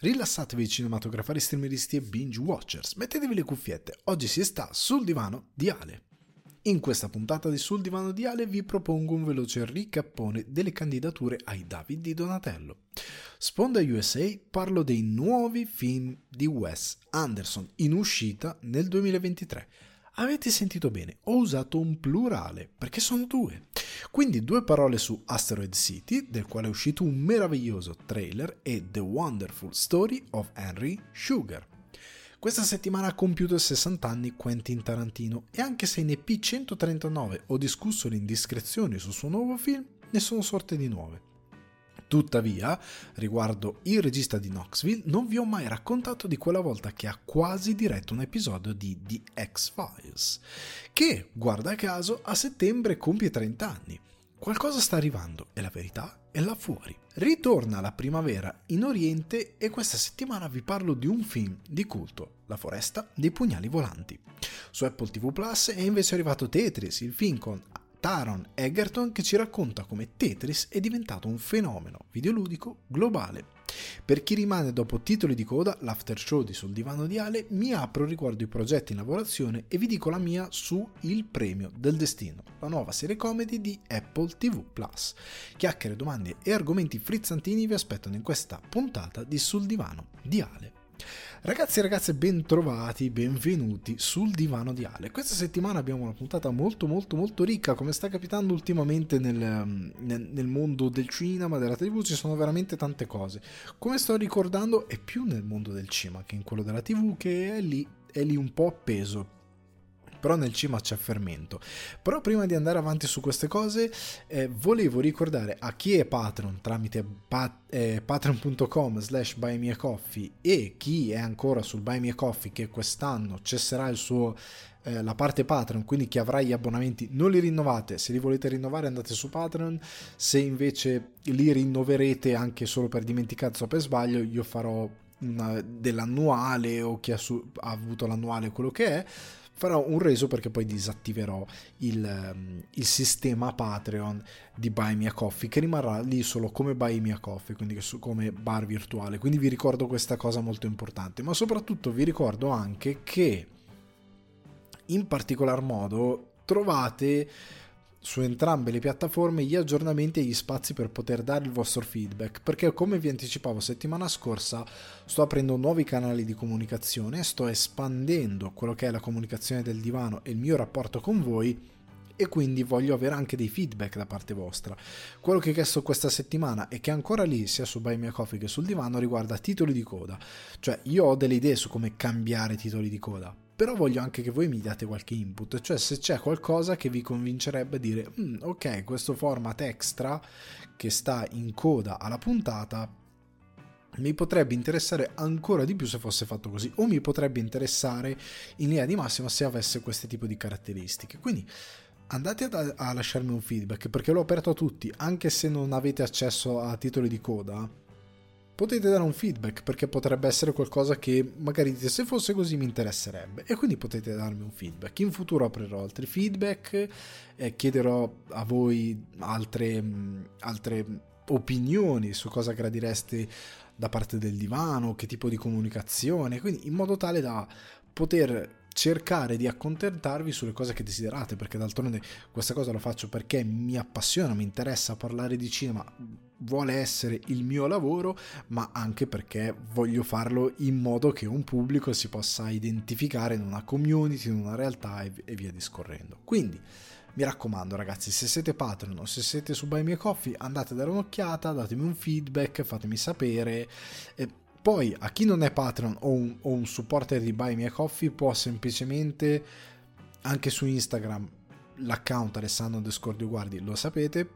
Rilassatevi cinematografari, streameristi e binge watchers, mettetevi le cuffiette, oggi si sta sul divano di Ale. In questa puntata di Sul divano di Ale vi propongo un veloce ricappone delle candidature ai David di Donatello. Sponda USA parlo dei nuovi film di Wes Anderson in uscita nel 2023. Avete sentito bene, ho usato un plurale perché sono due. Quindi due parole su Asteroid City, del quale è uscito un meraviglioso trailer, e The Wonderful Story of Henry Sugar. Questa settimana ha compiuto 60 anni Quentin Tarantino e anche se in EP 139 ho discusso le indiscrezioni sul suo nuovo film, ne sono sorte di nuove. Tuttavia, riguardo il regista di Knoxville, non vi ho mai raccontato di quella volta che ha quasi diretto un episodio di The X-Files, che, guarda caso, a settembre compie 30 anni. Qualcosa sta arrivando e la verità è là fuori. Ritorna la primavera in Oriente e questa settimana vi parlo di un film di culto, La foresta dei pugnali volanti. Su Apple TV Plus è invece arrivato Tetris, il film con Taron Egerton che ci racconta come Tetris è diventato un fenomeno videoludico globale. Per chi rimane dopo titoli di coda, l'after show di Sul divano di Ale, mi apro riguardo i progetti in lavorazione e vi dico la mia su Il premio del destino, la nuova serie comedy di Apple TV Plus. Chiacchiere, domande e argomenti frizzantini vi aspettano in questa puntata di Sul divano di Ale. Ragazzi e ragazze, ben trovati, benvenuti sul divano di Ale. Questa settimana abbiamo una puntata molto ricca, come sta capitando ultimamente nel mondo del cinema, della TV, ci sono veramente tante cose. Come sto ricordando è più nel mondo del cinema che in quello della TV, che è lì un po' appeso. Però nel cinema c'è fermento. Però prima di andare avanti su queste cose volevo ricordare a chi è Patreon tramite patreon.com/buymeacoffee e chi è ancora sul Buy Me a Coffee che quest'anno cesserà la parte Patreon, quindi chi avrà gli abbonamenti non li rinnovate, se li volete rinnovare andate su Patreon, se invece li rinnoverete anche solo per dimenticanza o per sbaglio io farò dell'annuale o chi ha avuto l'annuale quello che è, farò un reso perché poi disattiverò il sistema Patreon di Buy Me a Coffee che rimarrà lì solo come Buy Me a Coffee, quindi come bar virtuale. Quindi vi ricordo questa cosa molto importante, ma soprattutto vi ricordo anche che in particolar modo trovate su entrambe le piattaforme gli aggiornamenti e gli spazi per poter dare il vostro feedback, perché come vi anticipavo settimana scorsa sto aprendo nuovi canali di comunicazione, sto espandendo quello che è la comunicazione del divano e il mio rapporto con voi e quindi voglio avere anche dei feedback da parte vostra. Quello che ho chiesto questa settimana e che è ancora lì sia su Buy Me a Coffee che sul divano riguarda titoli di coda, cioè io ho delle idee su come cambiare titoli di coda, però voglio anche che voi mi diate qualche input, cioè se c'è qualcosa che vi convincerebbe a dire ok, questo format extra che sta in coda alla puntata mi potrebbe interessare ancora di più se fosse fatto così, o mi potrebbe interessare in linea di massima se avesse questo tipo di caratteristiche. Quindi andate a lasciarmi un feedback perché l'ho aperto a tutti, anche se non avete accesso a titoli di coda potete dare un feedback perché potrebbe essere qualcosa che magari dite se fosse così mi interesserebbe e quindi potete darmi un feedback. In futuro aprirò altri feedback e chiederò a voi altre opinioni su cosa gradireste da parte del divano, che tipo di comunicazione, quindi in modo tale da poter cercare di accontentarvi sulle cose che desiderate, perché d'altronde questa cosa la faccio perché mi appassiona, mi interessa parlare di cinema, vuole essere il mio lavoro, ma anche perché voglio farlo in modo che un pubblico si possa identificare in una community, in una realtà e via discorrendo. Quindi mi raccomando ragazzi, se siete Patreon o se siete su Buy Me a Coffee andate a dare un'occhiata, datemi un feedback, fatemi sapere. Poi a chi non è Patreon o un supporter di Buy Me a Coffee può semplicemente anche su Instagram, l'account Alessandro_Guardi lo sapete,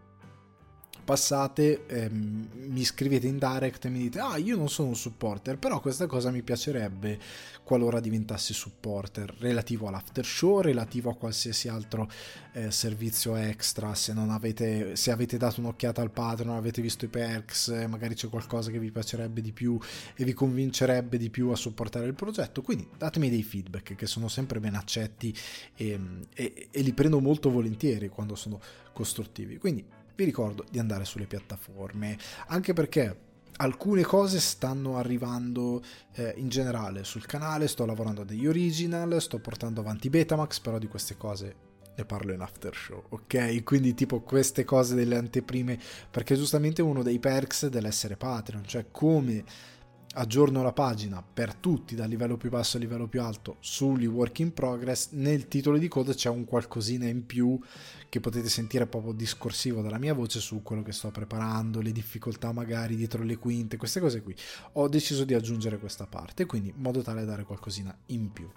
passate, mi scrivete in direct e mi dite io non sono un supporter, però questa cosa mi piacerebbe qualora diventassi supporter, relativo all'after show, relativo a qualsiasi altro servizio extra. Se avete dato un'occhiata al Patreon, avete visto i perks, magari c'è qualcosa che vi piacerebbe di più e vi convincerebbe di più a supportare il progetto, quindi datemi dei feedback che sono sempre ben accetti e li prendo molto volentieri quando sono costruttivi. Quindi vi ricordo di andare sulle piattaforme, anche perché alcune cose stanno arrivando in generale sul canale, sto lavorando a degli original, sto portando avanti Betamax, però di queste cose ne parlo in after show, ok? Quindi tipo queste cose delle anteprime, perché giustamente uno dei perks dell'essere Patreon, cioè come aggiorno la pagina per tutti dal livello più basso al livello più alto sugli work in progress, nel titolo di coda c'è un qualcosina in più che potete sentire proprio discorsivo dalla mia voce su quello che sto preparando, le difficoltà magari dietro le quinte, queste cose qui. Ho deciso di aggiungere questa parte, quindi in modo tale da dare qualcosina in più.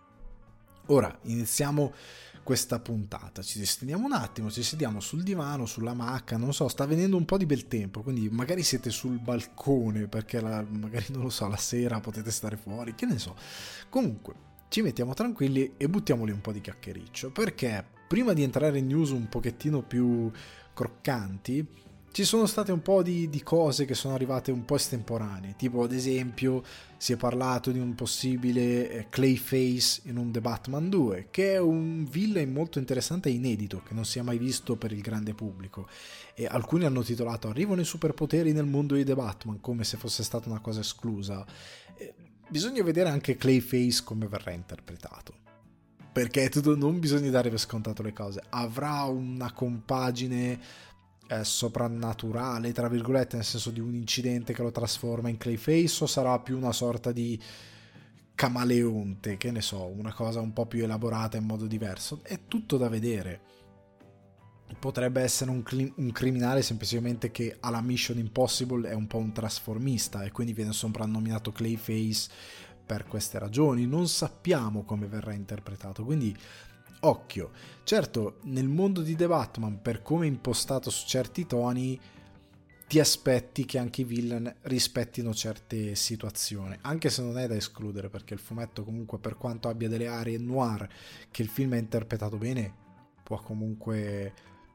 Ora iniziamo questa puntata, ci distendiamo un attimo, ci sediamo sul divano, sulla macca, non so, sta venendo un po' di bel tempo, quindi magari siete sul balcone perché magari non lo so, la sera potete stare fuori, che ne so. Comunque ci mettiamo tranquilli e buttiamoli un po' di chiacchiericcio, perché prima di entrare in news un pochettino più croccanti ci sono state un po' di cose che sono arrivate un po' estemporanee, tipo ad esempio si è parlato di un possibile Clayface in un The Batman 2, che è un villain molto interessante e inedito, che non si è mai visto per il grande pubblico, e alcuni hanno titolato "Arrivano i superpoteri nel mondo di The Batman", come se fosse stata una cosa esclusa. Bisogna vedere anche Clayface come verrà interpretato, perché non bisogna dare per scontato le cose. Avrà una compagine soprannaturale, tra virgolette, nel senso di un incidente che lo trasforma in Clayface, o sarà più una sorta di camaleonte, che ne so, una cosa un po' più elaborata in modo diverso? È tutto da vedere. Potrebbe essere un criminale semplicemente che alla Mission Impossible è un po' un trasformista e quindi viene soprannominato Clayface per queste ragioni. Non sappiamo come verrà interpretato, quindi occhio. Certo, nel mondo di The Batman, per come è impostato su certi toni, ti aspetti che anche i villain rispettino certe situazioni, anche se non è da escludere, perché il fumetto comunque, per quanto abbia delle aree noir che il film è interpretato bene, può comunque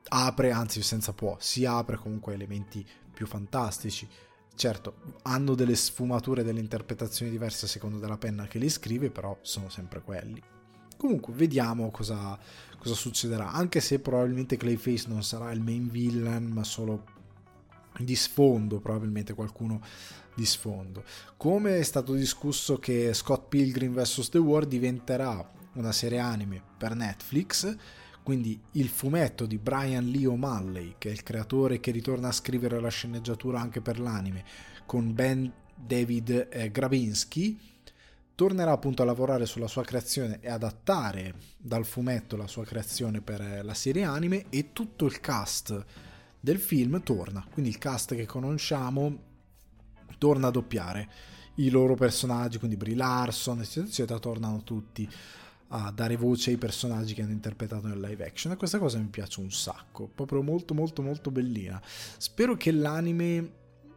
si apre comunque a elementi più fantastici. Certo, hanno delle sfumature, delle interpretazioni diverse a seconda della penna che li scrive, però sono sempre quelli. Comunque vediamo cosa succederà, anche se probabilmente Clayface non sarà il main villain, ma solo di sfondo, probabilmente qualcuno di sfondo. Come è stato discusso che Scott Pilgrim vs. The World diventerà una serie anime per Netflix, quindi il fumetto di Brian Lee O'Malley, che è il creatore che ritorna a scrivere la sceneggiatura anche per l'anime, con Ben David Gravinsky, tornerà appunto a lavorare sulla sua creazione e adattare dal fumetto la sua creazione per la serie anime, e tutto il cast del film torna, quindi il cast che conosciamo torna a doppiare i loro personaggi, quindi Brie Larson eccetera eccetera, tornano tutti a dare voce ai personaggi che hanno interpretato nel live action, e questa cosa mi piace un sacco, proprio molto molto molto bellina. Spero che l'anime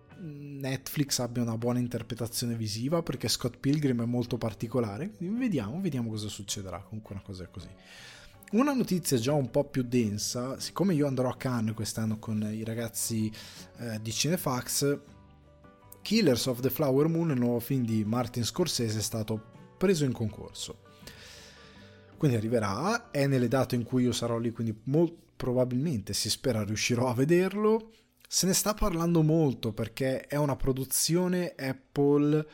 Netflix abbia una buona interpretazione visiva, perché Scott Pilgrim è molto particolare, quindi vediamo cosa succederà. Comunque una cosa è così. Una notizia già un po' più densa: siccome io andrò a Cannes quest'anno con i ragazzi di Cinefax, Killers of the Flower Moon, il nuovo film di Martin Scorsese, è stato preso in concorso, quindi arriverà, è nelle date in cui io sarò lì, quindi probabilmente, si spera, riuscirò a vederlo. Se ne sta parlando molto perché è una produzione Apple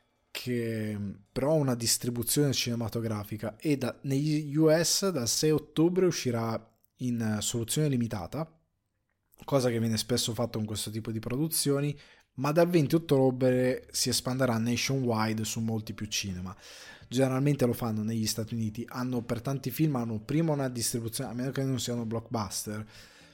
che però ha una distribuzione cinematografica, e negli US dal 6 ottobre uscirà in soluzione limitata, cosa che viene spesso fatta con questo tipo di produzioni, ma dal 20 ottobre si espanderà nationwide su molti più cinema. Generalmente lo fanno negli Stati Uniti, per tanti film hanno prima una distribuzione, a meno che non siano blockbuster,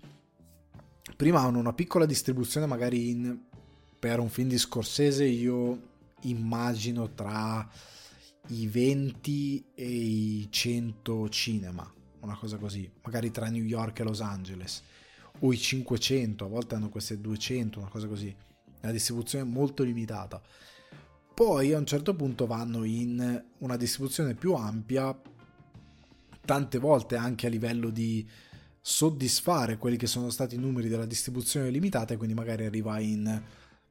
prima hanno una piccola distribuzione magari per un film di Scorsese, io immagino tra i 20 e i 100 cinema, una cosa così, magari tra New York e Los Angeles, o i 500, a volte hanno queste 200, una cosa così, una distribuzione molto limitata. Poi a un certo punto vanno in una distribuzione più ampia, tante volte anche a livello di soddisfare quelli che sono stati i numeri della distribuzione limitata, e quindi magari arriva in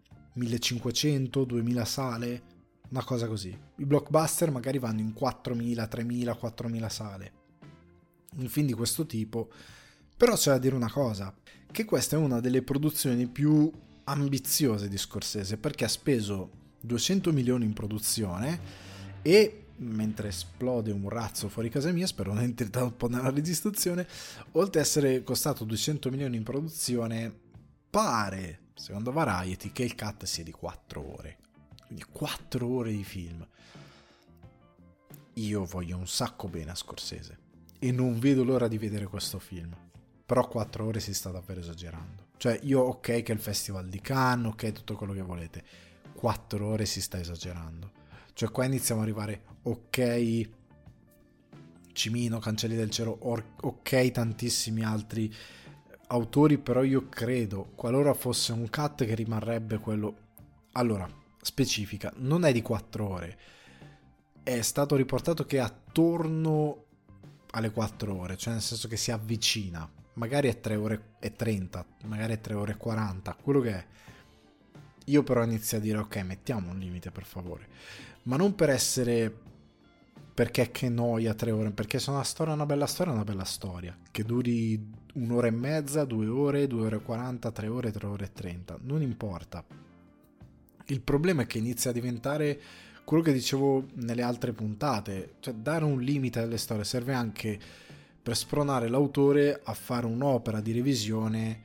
1500, 2000 sale, una cosa così. I blockbuster magari vanno in 4000, 3000, 4000 sale. Un film di questo tipo, però c'è da dire una cosa, che questa è una delle produzioni più ambiziose di Scorsese, perché ha speso 200 milioni in produzione e mentre esplode un razzo fuori casa mia, spero non entri troppo nella registrazione, oltre ad essere costato 200 milioni in produzione, pare, secondo Variety, che il cut sia di 4 ore. Quindi 4 ore di film. Io voglio un sacco bene a Scorsese e non vedo l'ora di vedere questo film. Però 4 ore si sta davvero esagerando. Cioè io ok che è il Festival di Cannes, ok tutto quello che volete, 4 ore si sta esagerando. Cioè qua iniziamo ad arrivare, ok Cimino, Cancelli del Cielo, ok tantissimi altri autori, però io credo, qualora fosse un cut, che rimarrebbe quello... Allora, specifica, non è di 4 ore, è stato riportato che è attorno alle 4 ore, cioè nel senso che si avvicina, magari è 3 ore e 30, magari è 3 ore e 40, quello che è. Io però inizio a dire ok, mettiamo un limite per favore, ma non per essere, perché che noia 3 ore, perché se una storia è una bella storia, è una bella storia, che duri 1 ora e mezza, 2 ore, 2 ore e 40, 3 ore, 3 ore e 30, non importa. Il problema è che inizia a diventare quello che dicevo nelle altre puntate, cioè dare un limite alle storie serve anche per spronare l'autore a fare un'opera di revisione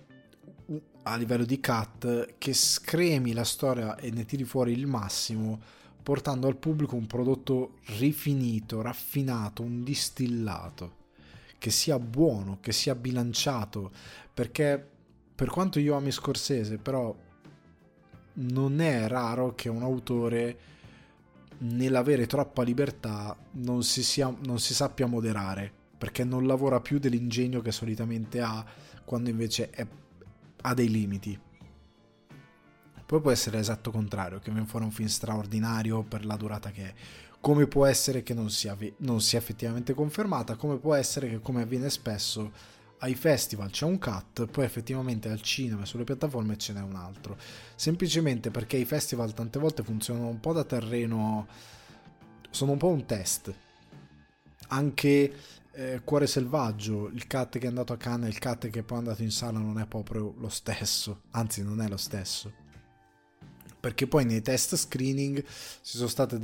a livello di cut che scremi la storia e ne tiri fuori il massimo, portando al pubblico un prodotto rifinito, raffinato, un distillato, che sia buono, che sia bilanciato, perché per quanto io ami Scorsese, però non è raro che un autore nell'avere troppa libertà non si sappia moderare, perché non lavora più dell'ingegno che solitamente ha, quando invece ha dei limiti. Poi può essere l'esatto contrario, che viene fuori un film straordinario per la durata che è, come può essere che non sia effettivamente confermata, come può essere che, come avviene spesso, ai festival c'è un cut, poi effettivamente al cinema e sulle piattaforme ce n'è un altro, semplicemente perché i festival tante volte funzionano un po' da terreno, sono un po' un test. Anche Cuore Selvaggio, il cut che è andato a Cannes e il cut che poi è andato in sala non è proprio lo stesso, anzi non è lo stesso, perché poi nei test screening ci sono state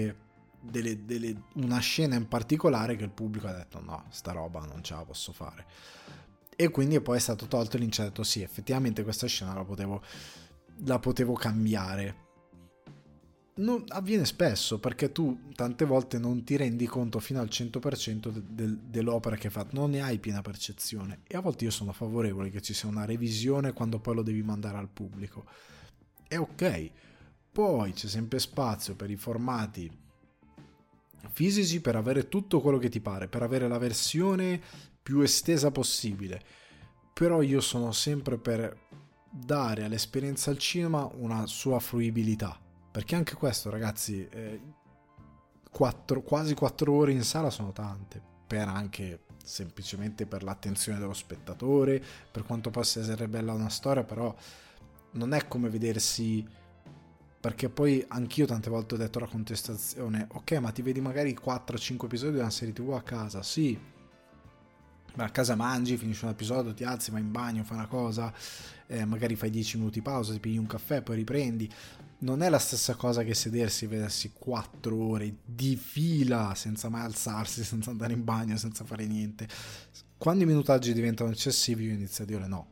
una scena in particolare che il pubblico ha detto no, sta roba non ce la posso fare, e quindi poi è stato tolto e ha detto sì, effettivamente questa scena la potevo cambiare. Non avviene spesso, perché tu tante volte non ti rendi conto fino al 100% dell'opera che hai fatto, non ne hai piena percezione, e a volte io sono favorevole che ci sia una revisione quando poi lo devi mandare al pubblico. È ok, poi c'è sempre spazio per i formati fisici, per avere tutto quello che ti pare, per avere la versione più estesa possibile, però io sono sempre per dare all'esperienza al cinema una sua fruibilità, perché anche questo, ragazzi, quasi 4 ore in sala sono tante, per anche semplicemente per l'attenzione dello spettatore, per quanto possa essere bella una storia, però non è come vedersi, perché poi anch'io tante volte ho detto la contestazione, ok, ma ti vedi magari 4-5 episodi di una serie TV a casa, sì, ma a casa mangi, finisci un episodio, ti alzi, vai in bagno, fai una cosa, magari fai 10 minuti pausa, ti pigli un caffè, poi riprendi. Non è la stessa cosa che sedersi e vedersi 4 ore di fila senza mai alzarsi, senza andare in bagno, senza fare niente. Quando i minutaggi diventano eccessivi io inizio a dire no.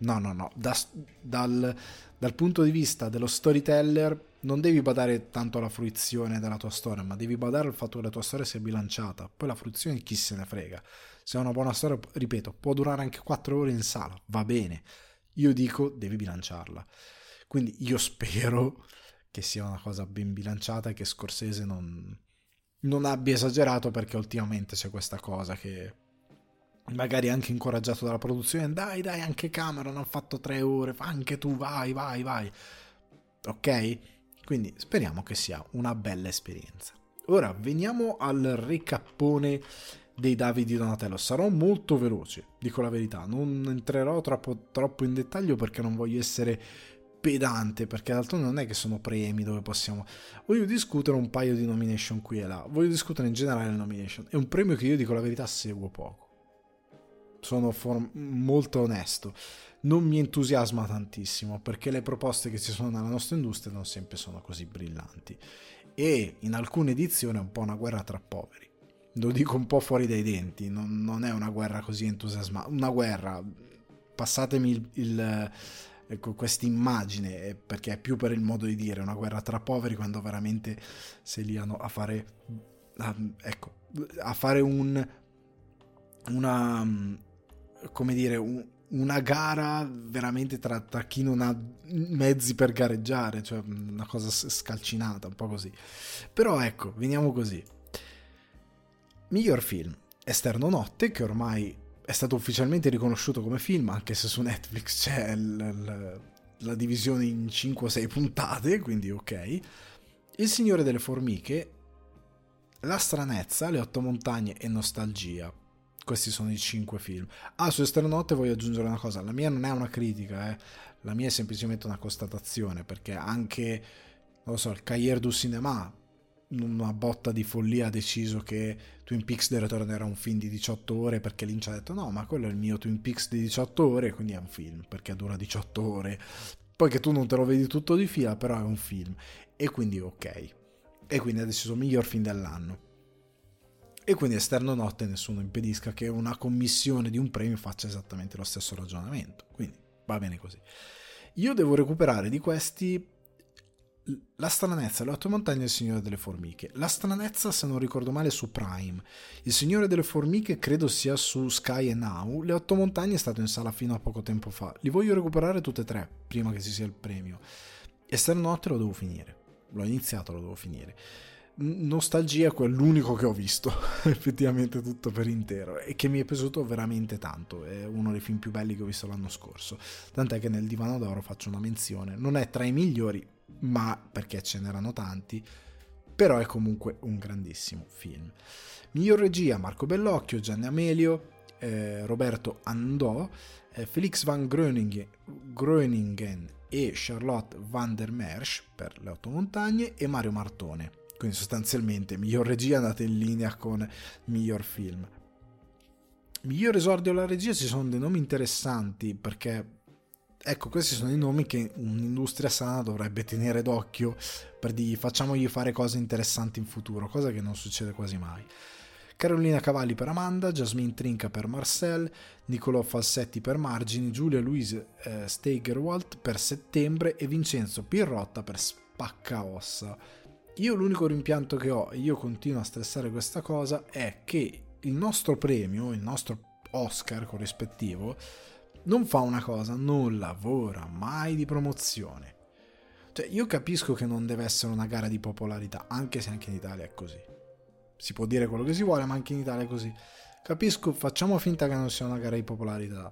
Dal punto di vista dello storyteller non devi badare tanto alla fruizione della tua storia, ma devi badare al fatto che la tua storia sia bilanciata. Poi la fruizione chi se ne frega. Se è una buona storia, ripeto, può durare anche 4 ore in sala, va bene. Io dico, devi bilanciarla. Quindi io spero che sia una cosa ben bilanciata e che Scorsese non abbia esagerato, perché ultimamente c'è questa cosa che magari anche incoraggiato dalla produzione, dai anche Cameron ha fatto 3 ore, fa anche tu, vai, ok? Quindi speriamo che sia una bella esperienza. Ora veniamo al ricappone dei David di Donatello. Sarò molto veloce, dico la verità, non entrerò troppo in dettaglio perché non voglio essere pedante, perché d'altronde non è che sono premi dove voglio discutere un paio di nomination qui e là, voglio discutere in generale le nomination. È un premio che io, dico la verità, seguo poco. sono molto onesto, non mi entusiasma tantissimo, perché le proposte che ci sono nella nostra industria non sempre sono così brillanti, e in alcune edizioni è un po' una guerra tra poveri. Lo dico un po' fuori dai denti, non è una guerra così entusiasmante, una guerra, passatemi questa immagine, perché è più per il modo di dire, una guerra tra poveri, quando veramente si liano a fare, ecco, a fare una, come dire, una gara veramente tra chi non ha mezzi per gareggiare, cioè una cosa scalcinata, un po' così. Però ecco, veniamo così. Miglior film: Esterno Notte, che ormai è stato ufficialmente riconosciuto come film, anche se su Netflix c'è la divisione in 5 o 6 puntate, quindi ok. Il Signore delle Formiche, La Stranezza, Le Otto Montagne e Nostalgia. Questi sono i 5 film. Su Esterno Notte voglio aggiungere una cosa: la mia non è una critica, la mia è semplicemente una constatazione, perché anche, non lo so, il Cahiers du Cinéma, una botta di follia, ha deciso che Twin Peaks The Return era un film di 18 ore, perché Lynch ha detto no, ma quello è il mio Twin Peaks di 18 ore, quindi è un film perché dura 18 ore, poi che tu non te lo vedi tutto di fila, però è un film, e quindi ok. E quindi ha deciso miglior film dell'anno, e quindi Esterno Notte nessuno impedisca che una commissione di un premio faccia esattamente lo stesso ragionamento, quindi va bene così. Io devo recuperare di questi La Stranezza, Le Otto Montagne e Il Signore delle Formiche. La Stranezza, se non ricordo male, è su Prime. Il Signore delle Formiche credo sia su Sky e Now. Le Otto Montagne è stato in sala fino a poco tempo fa. Li voglio recuperare tutte e tre prima che ci sia il premio. Esterno Notte lo devo finire. L'ho iniziato, lo devo finire. Nostalgia è l'unico che ho visto effettivamente tutto per intero, e che mi è piaciuto veramente tanto. È uno dei film più belli che ho visto l'anno scorso, tant'è che nel Divano d'Oro faccio una menzione. Non è tra i migliori, ma perché ce n'erano tanti, però è comunque un grandissimo film. Miglior regia: Marco Bellocchio, Gianni Amelio, Roberto Andò, Felix van Groeningen e Charlotte van der Merch per Le Otto Montagne, e Mario Martone. Quindi sostanzialmente miglior regia andata in linea con miglior film. Miglior esordio alla regia: ci sono dei nomi interessanti, perché ecco, questi sono i nomi che un'industria sana dovrebbe tenere d'occhio, per dire facciamogli fare cose interessanti in futuro, cosa che non succede quasi mai. Carolina Cavalli per Amanda, Jasmine Trinca per Marcel, Niccolò Falsetti per Margini, Giulia Louise Steigerwalt per Settembre e Vincenzo Pirrotta per Spaccaossa. Io l'unico rimpianto che ho, e io continuo a stressare questa cosa, è che il nostro premio, il nostro Oscar corrispettivo, non fa una cosa: non lavora mai di promozione. Cioè, io capisco che non deve essere una gara di popolarità, anche se anche in Italia è così. Si può dire quello che si vuole, ma anche in Italia è così. Capisco, facciamo finta che non sia una gara di popolarità,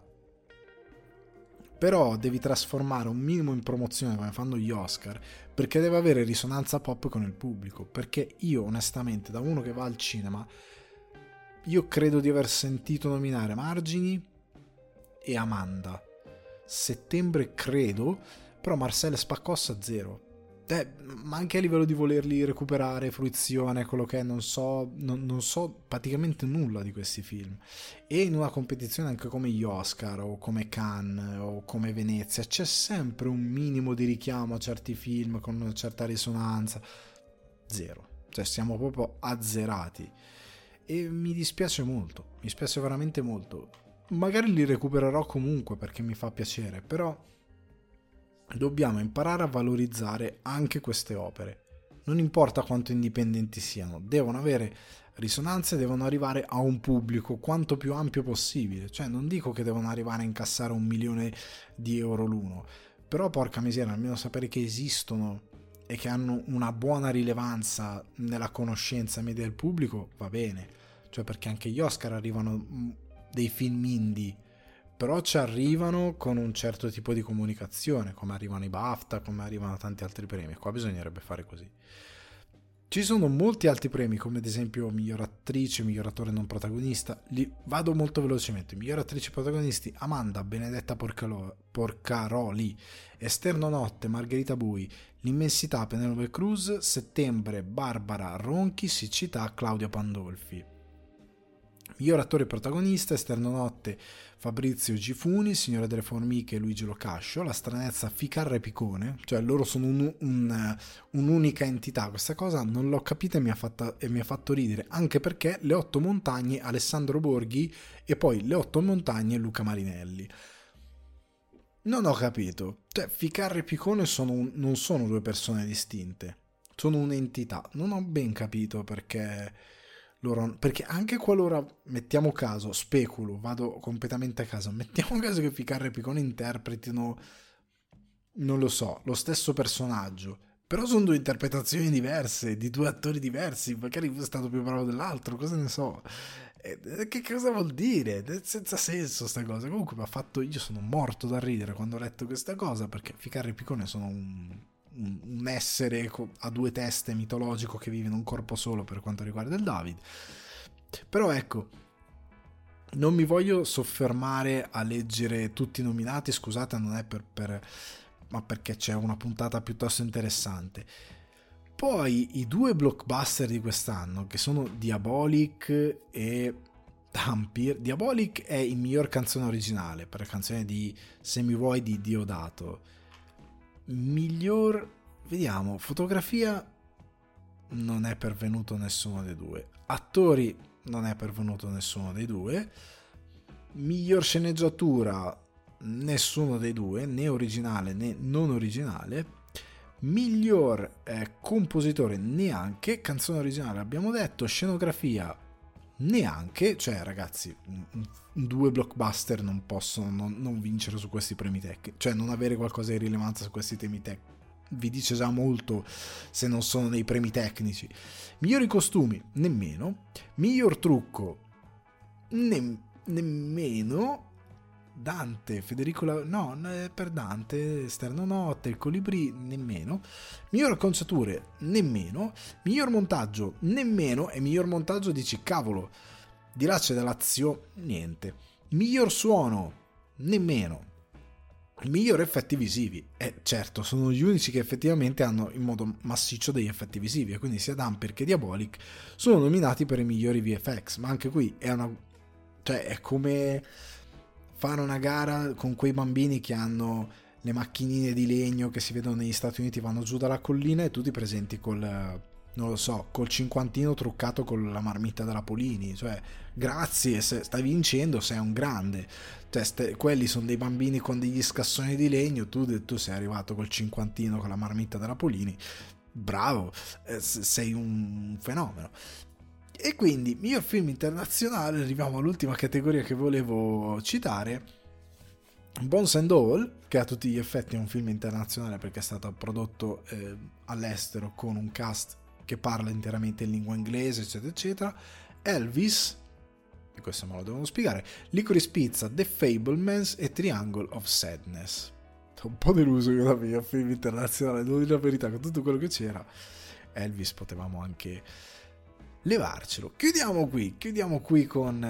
però devi trasformare un minimo in promozione come fanno gli Oscar, perché deve avere risonanza pop con il pubblico. Perché io onestamente, da uno che va al cinema, io credo di aver sentito nominare Margini e Amanda, Settembre credo, però Marcel Spaccossa zero. Ma anche a livello di volerli recuperare, fruizione, quello che è, non so praticamente nulla di questi film. E in una competizione anche come gli Oscar o come Cannes o come Venezia c'è sempre un minimo di richiamo a certi film con una certa risonanza. Zero, cioè siamo proprio azzerati, e mi dispiace molto, mi dispiace veramente molto. Magari li recupererò comunque perché mi fa piacere, però dobbiamo imparare a valorizzare anche queste opere. Non importa quanto indipendenti siano, devono avere risonanze, devono arrivare a un pubblico quanto più ampio possibile. Cioè, non dico che devono arrivare a incassare 1 milione di euro l'uno, però porca miseria, almeno sapere che esistono e che hanno una buona rilevanza nella conoscenza media del pubblico va bene. Cioè, perché anche gli Oscar arrivano dei film indie, però ci arrivano con un certo tipo di comunicazione, come arrivano i BAFTA, come arrivano tanti altri premi. Qua bisognerebbe fare così. Ci sono molti altri premi, come ad esempio miglior attrice, miglior attore non protagonista. Li vado molto velocemente. Miglior attrice protagonisti: Amanda, Benedetta Porcaroli, Esterno Notte, Margherita Bui, L'immensità, Penelope Cruz, Settembre, Barbara Ronchi, Siccità, Claudia Pandolfi. Miglior attore protagonista, Esterno Notte, Fabrizio Gifuni, Signore delle Formiche, Luigi Locascio. La stranezza, Ficarra e Picone, cioè loro sono un'unica entità. Questa cosa non l'ho capita e mi ha fatto ridere, anche perché Le Otto Montagne, Alessandro Borghi, e poi Le Otto Montagne, Luca Marinelli. Non ho capito, cioè Ficarra e Picone non sono due persone distinte, sono un'entità. Non ho ben capito perché anche qualora, mettiamo caso, speculo, vado completamente a caso, mettiamo caso che Ficarra e Picone interpretino, non lo so, lo stesso personaggio, però sono due interpretazioni diverse, di due attori diversi, magari uno è stato più bravo dell'altro, cosa ne so. Che cosa vuol dire? Senza senso sta cosa. Comunque mi ha fatto, io sono morto da ridere quando ho letto questa cosa, perché Ficarra e Picone sono un essere a due teste mitologico che vive in un corpo solo per quanto riguarda il David. Però ecco, non mi voglio soffermare a leggere tutti i nominati, scusate, non è ma perché c'è una puntata piuttosto interessante. Poi i due blockbuster di quest'anno, che sono Diabolic e Dampir. Diabolic è il miglior canzone originale, per la canzone di Se mi vuoi di Diodato. Miglior, vediamo, fotografia non è pervenuto nessuno dei due. Attori non è pervenuto nessuno dei due. Miglior sceneggiatura nessuno dei due, né originale né non originale. Miglior compositore neanche, canzone originale abbiamo detto, scenografia neanche, cioè ragazzi, due blockbuster non possono non vincere su questi premi tecnici, cioè non avere qualcosa di rilevanza su questi temi tecnici vi dice già molto se non sono nei premi tecnici. Migliori costumi nemmeno, miglior trucco nemmeno. Dante, Federico no, per Dante, Esterno Notte, Il Colibrì nemmeno, miglior acconciature nemmeno, miglior montaggio nemmeno, e miglior montaggio dici cavolo, di là c'è dell'azio, niente, miglior suono nemmeno, miglior effetti visivi, certo sono gli unici che effettivamente hanno in modo massiccio degli effetti visivi, e quindi sia Damper che Diabolic sono nominati per i migliori VFX, ma anche qui è come fare una gara con quei bambini che hanno le macchinine di legno che si vedono negli Stati Uniti, vanno giù dalla collina e tu ti presenti non lo so, col cinquantino truccato con la marmitta della Polini, cioè grazie, se stai vincendo sei un grande, cioè quelli sono dei bambini con degli scassoni di legno, tu sei arrivato col cinquantino con la marmitta della Polini, bravo, sei un fenomeno. E quindi, miglior film internazionale, arriviamo all'ultima categoria che volevo citare, Bones and All, che a tutti gli effetti è un film internazionale perché è stato prodotto all'estero con un cast che parla interamente in lingua inglese, eccetera, eccetera. Elvis, e questo me lo devono spiegare, Licorice Pizza, The Fabelmans e Triangle of Sadness. Sono un po' deluso io da miglior film internazionale, devo dire la verità, con tutto quello che c'era, Elvis potevamo anche levarcelo. Chiudiamo qui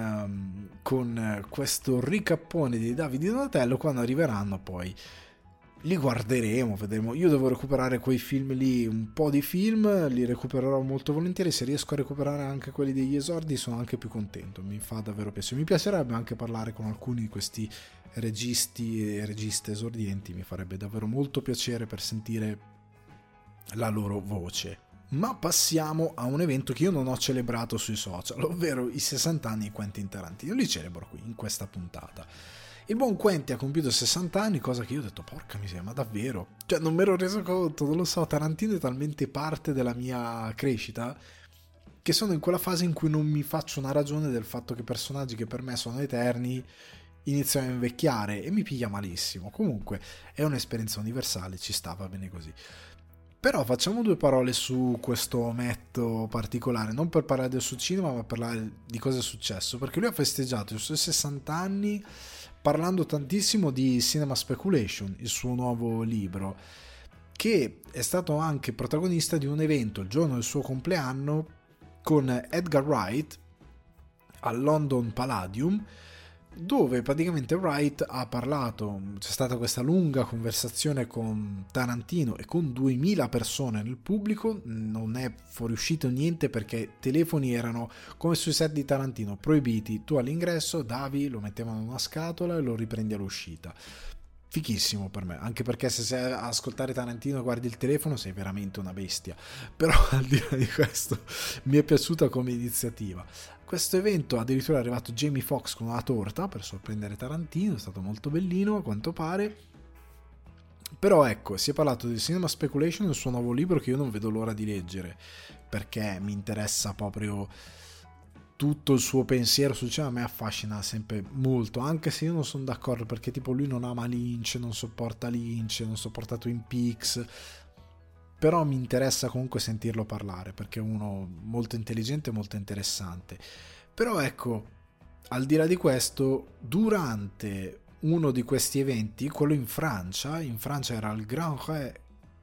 con questo ricappone di Davide Donatello. Quando arriveranno poi li guarderemo, vedremo. Io devo recuperare quei film lì, un po' di film li recupererò molto volentieri. Se riesco a recuperare anche quelli degli esordi sono anche più contento, mi fa davvero piacere. Mi piacerebbe anche parlare con alcuni di questi registi e registe esordienti, mi farebbe davvero molto piacere per sentire la loro voce. Ma passiamo a un evento che io non ho celebrato sui social, ovvero i 60 anni di Quentin Tarantino. Li celebro qui, in questa puntata. Il buon Quentin ha compiuto 60 anni, cosa che io ho detto, porca miseria, ma davvero? Cioè, non mi ero reso conto, non lo so, Tarantino è talmente parte della mia crescita che sono in quella fase in cui non mi faccio una ragione del fatto che personaggi che per me sono eterni iniziano a invecchiare e mi piglia malissimo. Comunque, è un'esperienza universale, ci sta, va bene così. Però facciamo due parole su questo ometto particolare, non per parlare del suo cinema, ma per parlare di cosa è successo, perché lui ha festeggiato i suoi 60 anni parlando tantissimo di Cinema Speculation, il suo nuovo libro, che è stato anche protagonista di un evento il giorno del suo compleanno con Edgar Wright al London Palladium, dove praticamente Wright ha parlato, c'è stata questa lunga conversazione con Tarantino e con 2000 persone nel pubblico, non è fuoriuscito niente perché i telefoni erano come sui set di Tarantino, proibiti, tu all'ingresso davi, lo mettevano in una scatola e lo riprendi all'uscita. Fichissimo per me, anche perché se sei a ascoltare Tarantino e guardi il telefono sei veramente una bestia, però al di là di questo mi è piaciuta come iniziativa. Questo evento addirittura è arrivato Jamie Foxx con una torta per sorprendere Tarantino, è stato molto bellino a quanto pare. Però ecco, si è parlato di Cinema Speculation, il suo nuovo libro che io non vedo l'ora di leggere, perché mi interessa proprio tutto il suo pensiero sul cinema, a me affascina sempre molto, anche se io non sono d'accordo, perché tipo lui non ama Lynch, non sopporta Twin Peaks, però mi interessa comunque sentirlo parlare, perché è uno molto intelligente e molto interessante. Però ecco, al di là di questo, durante uno di questi eventi, quello in Francia era il Grand Re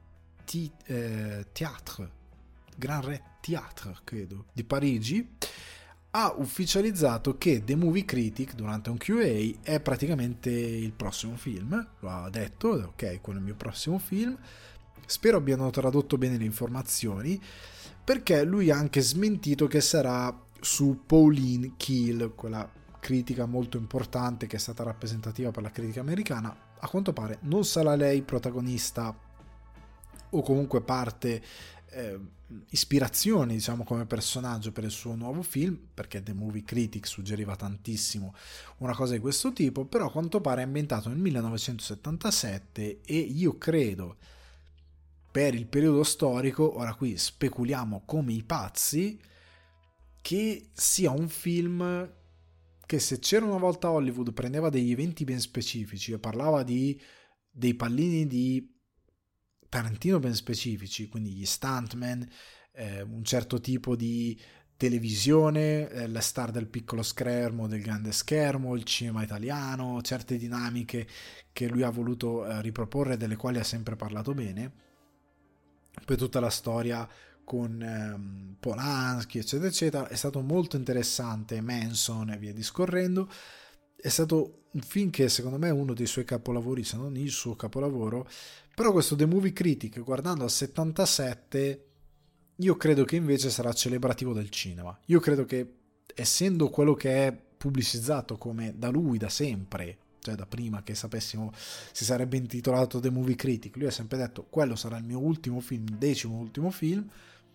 Théâtre, credo, di Parigi, ha ufficializzato che The Movie Critic durante un Q&A è praticamente il prossimo film, lo ha detto, ok, quello è il mio prossimo film. Spero abbiano tradotto bene le informazioni, perché lui ha anche smentito che sarà su Pauline Kael, quella critica molto importante che è stata rappresentativa per la critica americana. A quanto pare non sarà lei protagonista o comunque parte ispirazione, diciamo, come personaggio per il suo nuovo film, perché The Movie Critic suggeriva tantissimo una cosa di questo tipo, però a quanto pare è ambientato nel 1977 e io credo, per il periodo storico, ora qui speculiamo come i pazzi, che sia un film che, se c'era una volta Hollywood, prendeva degli eventi ben specifici e parlava di dei pallini di Tarantino ben specifici, quindi gli stuntman, un certo tipo di televisione, la star del piccolo schermo, del grande schermo, il cinema italiano, certe dinamiche che lui ha voluto riproporre, delle quali ha sempre parlato bene. Poi tutta la storia con Polanski, eccetera, eccetera, è stato molto interessante, Manson e via discorrendo. È stato un film che secondo me è uno dei suoi capolavori, se non il suo capolavoro. Però questo The Movie Critic, guardando al 77, io credo che invece sarà celebrativo del cinema. Io credo che, essendo quello che è pubblicizzato come da lui da sempre, cioè da prima che sapessimo si sarebbe intitolato The Movie Critic, lui ha sempre detto quello sarà il mio ultimo film, il 10° ultimo film.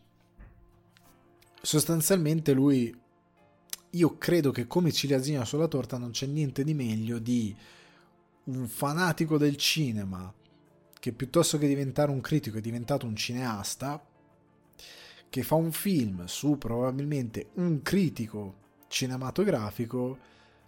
Sostanzialmente lui, io credo che come ciliegina sulla torta non c'è niente di meglio di un fanatico del cinema che, piuttosto che diventare un critico, è diventato un cineasta, che fa un film su probabilmente un critico cinematografico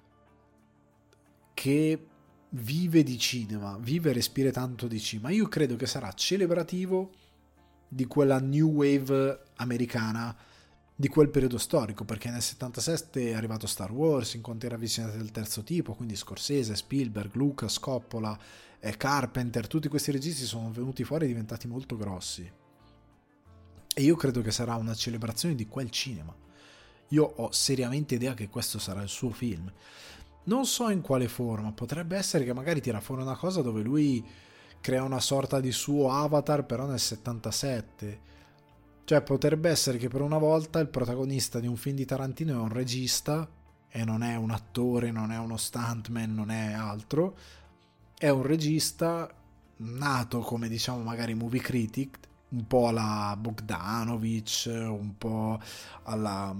che vive di cinema, vive e respira tanto di cinema. Io credo che sarà celebrativo di quella new wave americana di quel periodo storico, perché nel 77 è arrivato Star Wars, incontri ravvicinati del terzo tipo, quindi Scorsese, Spielberg, Lucas, Coppola, Carpenter, tutti questi registi sono venuti fuori e diventati molto grossi, e io credo che sarà una celebrazione di quel cinema. Io ho seriamente idea che questo sarà il suo film. Non so in quale forma, potrebbe essere che magari tira fuori una cosa dove lui crea una sorta di suo Avatar però nel 77, cioè potrebbe essere che per una volta il protagonista di un film di Tarantino è un regista e non è un attore, non è uno stuntman, non è altro, è un regista nato come, diciamo, magari movie critic, un po' alla Bogdanovich, un po' alla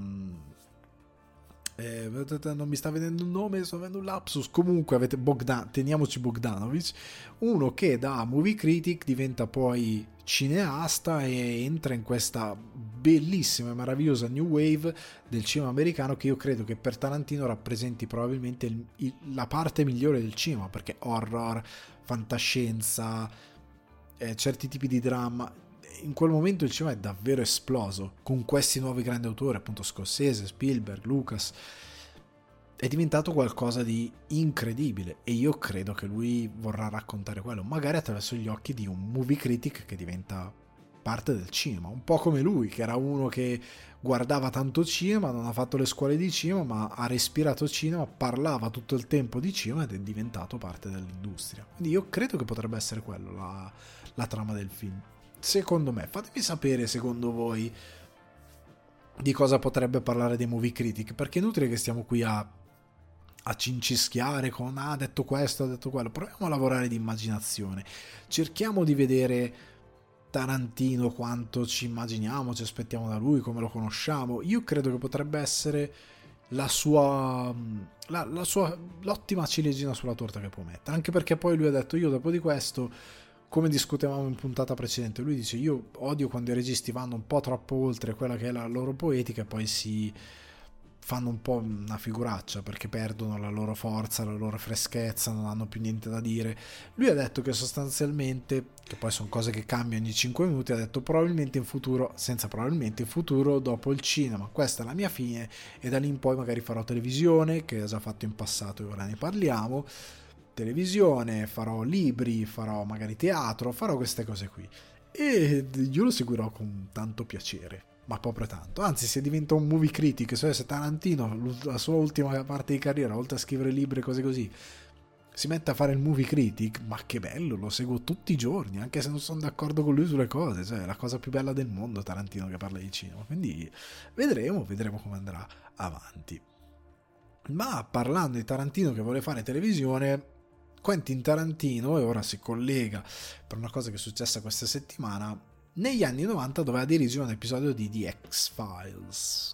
non mi sta venendo un nome, sto avendo un lapsus. Comunque avete teniamoci Bogdanovich, uno che da movie critic diventa poi cineasta e entra in questa bellissima e meravigliosa new wave del cinema americano, che io credo che per Tarantino rappresenti probabilmente la parte migliore del cinema, perché horror, fantascienza, certi tipi di dramma, in quel momento il cinema è davvero esploso con questi nuovi grandi autori, appunto Scorsese, Spielberg, Lucas. È diventato qualcosa di incredibile e io credo che lui vorrà raccontare quello, magari attraverso gli occhi di un movie critic che diventa parte del cinema, un po' come lui, che era uno che guardava tanto cinema, non ha fatto le scuole di cinema, ma ha respirato cinema, parlava tutto il tempo di cinema ed è diventato parte dell'industria. Quindi io credo che potrebbe essere quello la trama del film. Secondo me, fatemi sapere secondo voi di cosa potrebbe parlare dei movie critic, perché è inutile che stiamo qui a cincischiare con ha detto questo, ha detto quello. Proviamo a lavorare di immaginazione, cerchiamo di vedere Tarantino quanto ci immaginiamo, ci aspettiamo da lui, come lo conosciamo. Io credo che potrebbe essere l'ottima ciliegina sulla torta che può mettere, anche perché poi lui ha detto: io dopo di questo, come discutevamo in puntata precedente, lui dice: io odio quando i registi vanno un po' troppo oltre quella che è la loro poetica e poi si fanno un po' una figuraccia perché perdono la loro forza, la loro freschezza, non hanno più niente da dire. Lui ha detto che sostanzialmente, che poi sono cose che cambiano ogni 5 minuti, ha detto probabilmente in futuro, senza probabilmente in futuro, dopo il cinema, questa è la mia fine e da lì in poi magari farò televisione, che ho già fatto in passato e ora ne parliamo, televisione, farò libri, farò magari teatro, farò queste cose qui e io lo seguirò con tanto piacere, ma proprio tanto. Anzi, se diventa un movie critic, cioè se Tarantino la sua ultima parte di carriera, oltre a scrivere libri e cose così, si mette a fare il movie critic, ma che bello, lo seguo tutti i giorni, anche se non sono d'accordo con lui sulle cose, cioè è la cosa più bella del mondo Tarantino che parla di cinema, quindi vedremo come andrà avanti. Ma parlando di Tarantino che vuole fare televisione, Quentin Tarantino, e ora si collega per una cosa che è successa questa settimana, negli anni 90 doveva dirigere un episodio di The X-Files.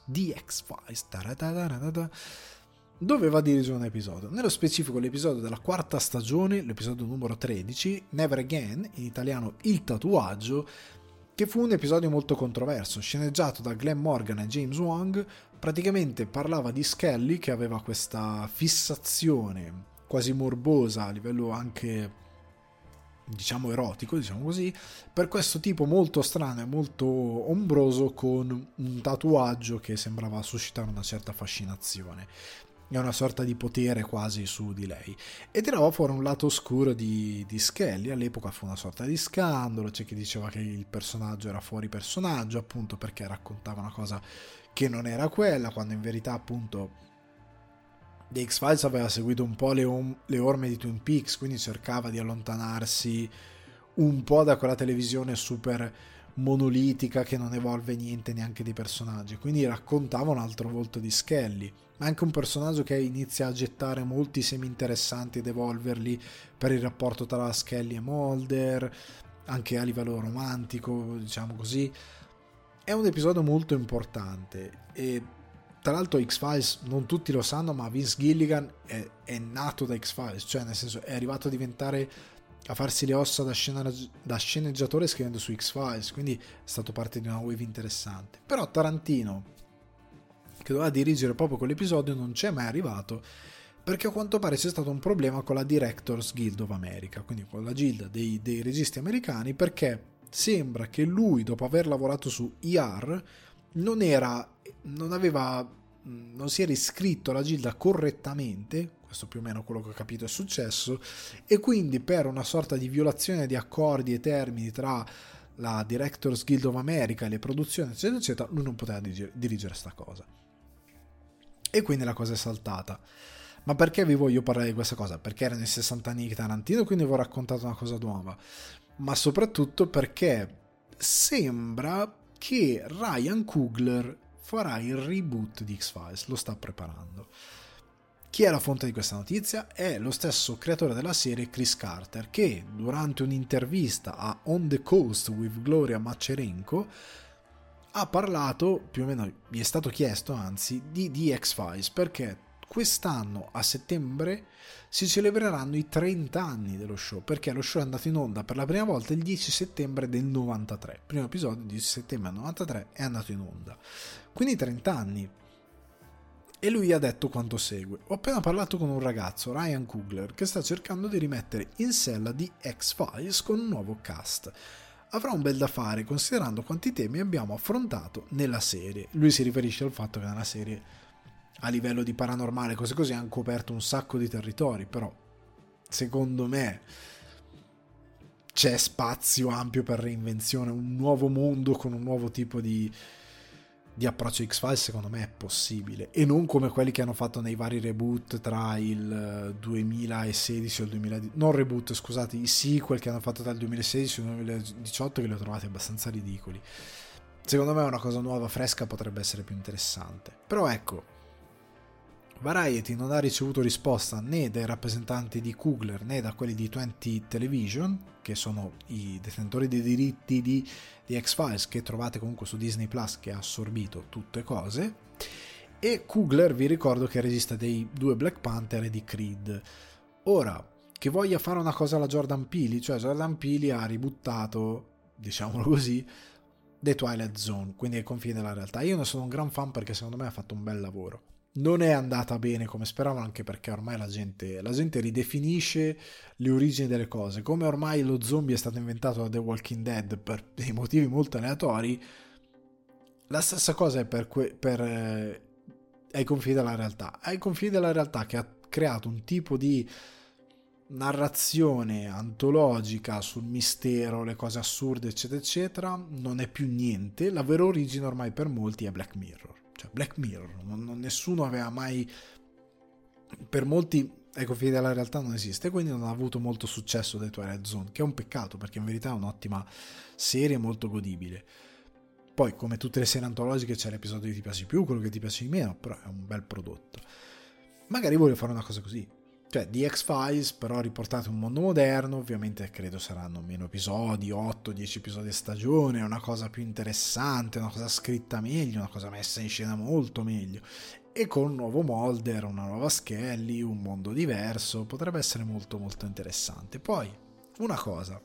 Doveva dirigere un episodio, nello specifico l'episodio della quarta stagione, l'episodio numero 13, Never Again, in italiano Il tatuaggio, che fu un episodio molto controverso, sceneggiato da Glenn Morgan e James Wong. Praticamente parlava di Scully che aveva questa fissazione quasi morbosa a livello anche diciamo erotico, diciamo così, per questo tipo molto strano e molto ombroso con un tatuaggio che sembrava suscitare una certa fascinazione e una sorta di potere quasi su di lei, e tirava fuori un lato oscuro di Scully. All'epoca fu una sorta di scandalo, c'è chi diceva che il personaggio era fuori personaggio appunto perché raccontava una cosa che non era quella, quando in verità appunto The X-Files aveva seguito un po' le orme di Twin Peaks, quindi cercava di allontanarsi un po' da quella televisione super monolitica che non evolve niente neanche dei personaggi, quindi raccontava un altro volto di Scully, ma anche un personaggio che inizia a gettare molti semi interessanti ed evolverli per il rapporto tra Scully e Mulder, anche a livello romantico, diciamo così. È un episodio molto importante e tra l'altro X-Files non tutti lo sanno, ma Vince Gilligan è nato da X-Files, cioè nel senso è arrivato a farsi le ossa da sceneggiatore scrivendo su X-Files, quindi è stato parte di una wave interessante. Però Tarantino, che doveva dirigere proprio quell'episodio, non c'è mai arrivato perché a quanto pare c'è stato un problema con la Directors Guild of America, quindi con la gilda dei registi americani, perché sembra che lui, dopo aver lavorato su ER, non si era iscritto alla gilda correttamente, questo più o meno quello che ho capito è successo, e quindi per una sorta di violazione di accordi e termini tra la Directors Guild of America e le produzioni eccetera eccetera, lui non poteva dirigere sta cosa e quindi la cosa è saltata. Ma perché vi voglio parlare di questa cosa? Perché erano i 60 anni di Tarantino, quindi vi ho raccontato una cosa nuova, ma soprattutto perché sembra che Ryan Coogler farà il reboot di X-Files, lo sta preparando. Chi è la fonte di questa notizia? È lo stesso creatore della serie, Chris Carter, che durante un'intervista a On the Coast with Gloria Macerenko ha parlato, più o meno gli è stato chiesto anzi, di X-Files, perché quest'anno a settembre si celebreranno i 30 anni dello show, perché lo show è andato in onda per la prima volta il 10 settembre del 93, il primo episodio il 10 settembre del 93 è andato in onda, quindi 30 anni. E lui ha detto quanto segue: ho appena parlato con un ragazzo, Ryan Coogler, che sta cercando di rimettere in sella di X-Files con un nuovo cast. Avrà un bel da fare considerando quanti temi abbiamo affrontato nella serie. Lui si riferisce al fatto che nella serie a livello di paranormale cose così hanno coperto un sacco di territori, però secondo me c'è spazio ampio per reinvenzione, un nuovo mondo con un nuovo tipo di approccio X-Files secondo me è possibile, e non come quelli che hanno fatto nei vari reboot tra il 2016 e il 2018, non reboot scusate, i sequel che hanno fatto tra il 2016 e il 2018, che li ho trovati abbastanza ridicoli. Secondo me una cosa nuova, fresca, potrebbe essere più interessante. Però ecco, Variety non ha ricevuto risposta né dai rappresentanti di Coogler né da quelli di 20 Television, che sono i detentori dei diritti di X-Files, che trovate comunque su Disney Plus, che ha assorbito tutte cose. E Coogler, vi ricordo che è regista dei 2 Black Panther e di Creed. Ora, che voglia fare una cosa alla Jordan Peele, cioè Jordan Peele ha ributtato, diciamolo così, The Twilight Zone, quindi ai confini della realtà. Io ne sono un gran fan perché secondo me ha fatto un bel lavoro. Non è andata bene come speravano, anche perché ormai la gente ridefinisce le origini delle cose. Come ormai lo zombie è stato inventato da The Walking Dead per dei motivi molto aleatori, la stessa cosa è per ai confini della realtà. Ai confini della realtà, che ha creato un tipo di narrazione antologica sul mistero, le cose assurde, eccetera, eccetera, non è più niente. La vera origine ormai per molti è Black Mirror. Cioè Black Mirror, nessuno aveva mai, per molti ai confini della realtà non esiste, quindi non ha avuto molto successo The Twilight Zone, che è un peccato perché in verità è un'ottima serie molto godibile. Poi come tutte le serie antologiche c'è l'episodio che ti piace di più, quello che ti piace di meno, però è un bel prodotto. Magari voglio fare una cosa così, cioè di X-Files però riportate un mondo moderno. Ovviamente credo saranno meno episodi, 8-10 episodi a stagione, una cosa più interessante, una cosa scritta meglio, una cosa messa in scena molto meglio, e con un nuovo Mulder, una nuova Scully, un mondo diverso. Potrebbe essere molto molto interessante. Poi una cosa,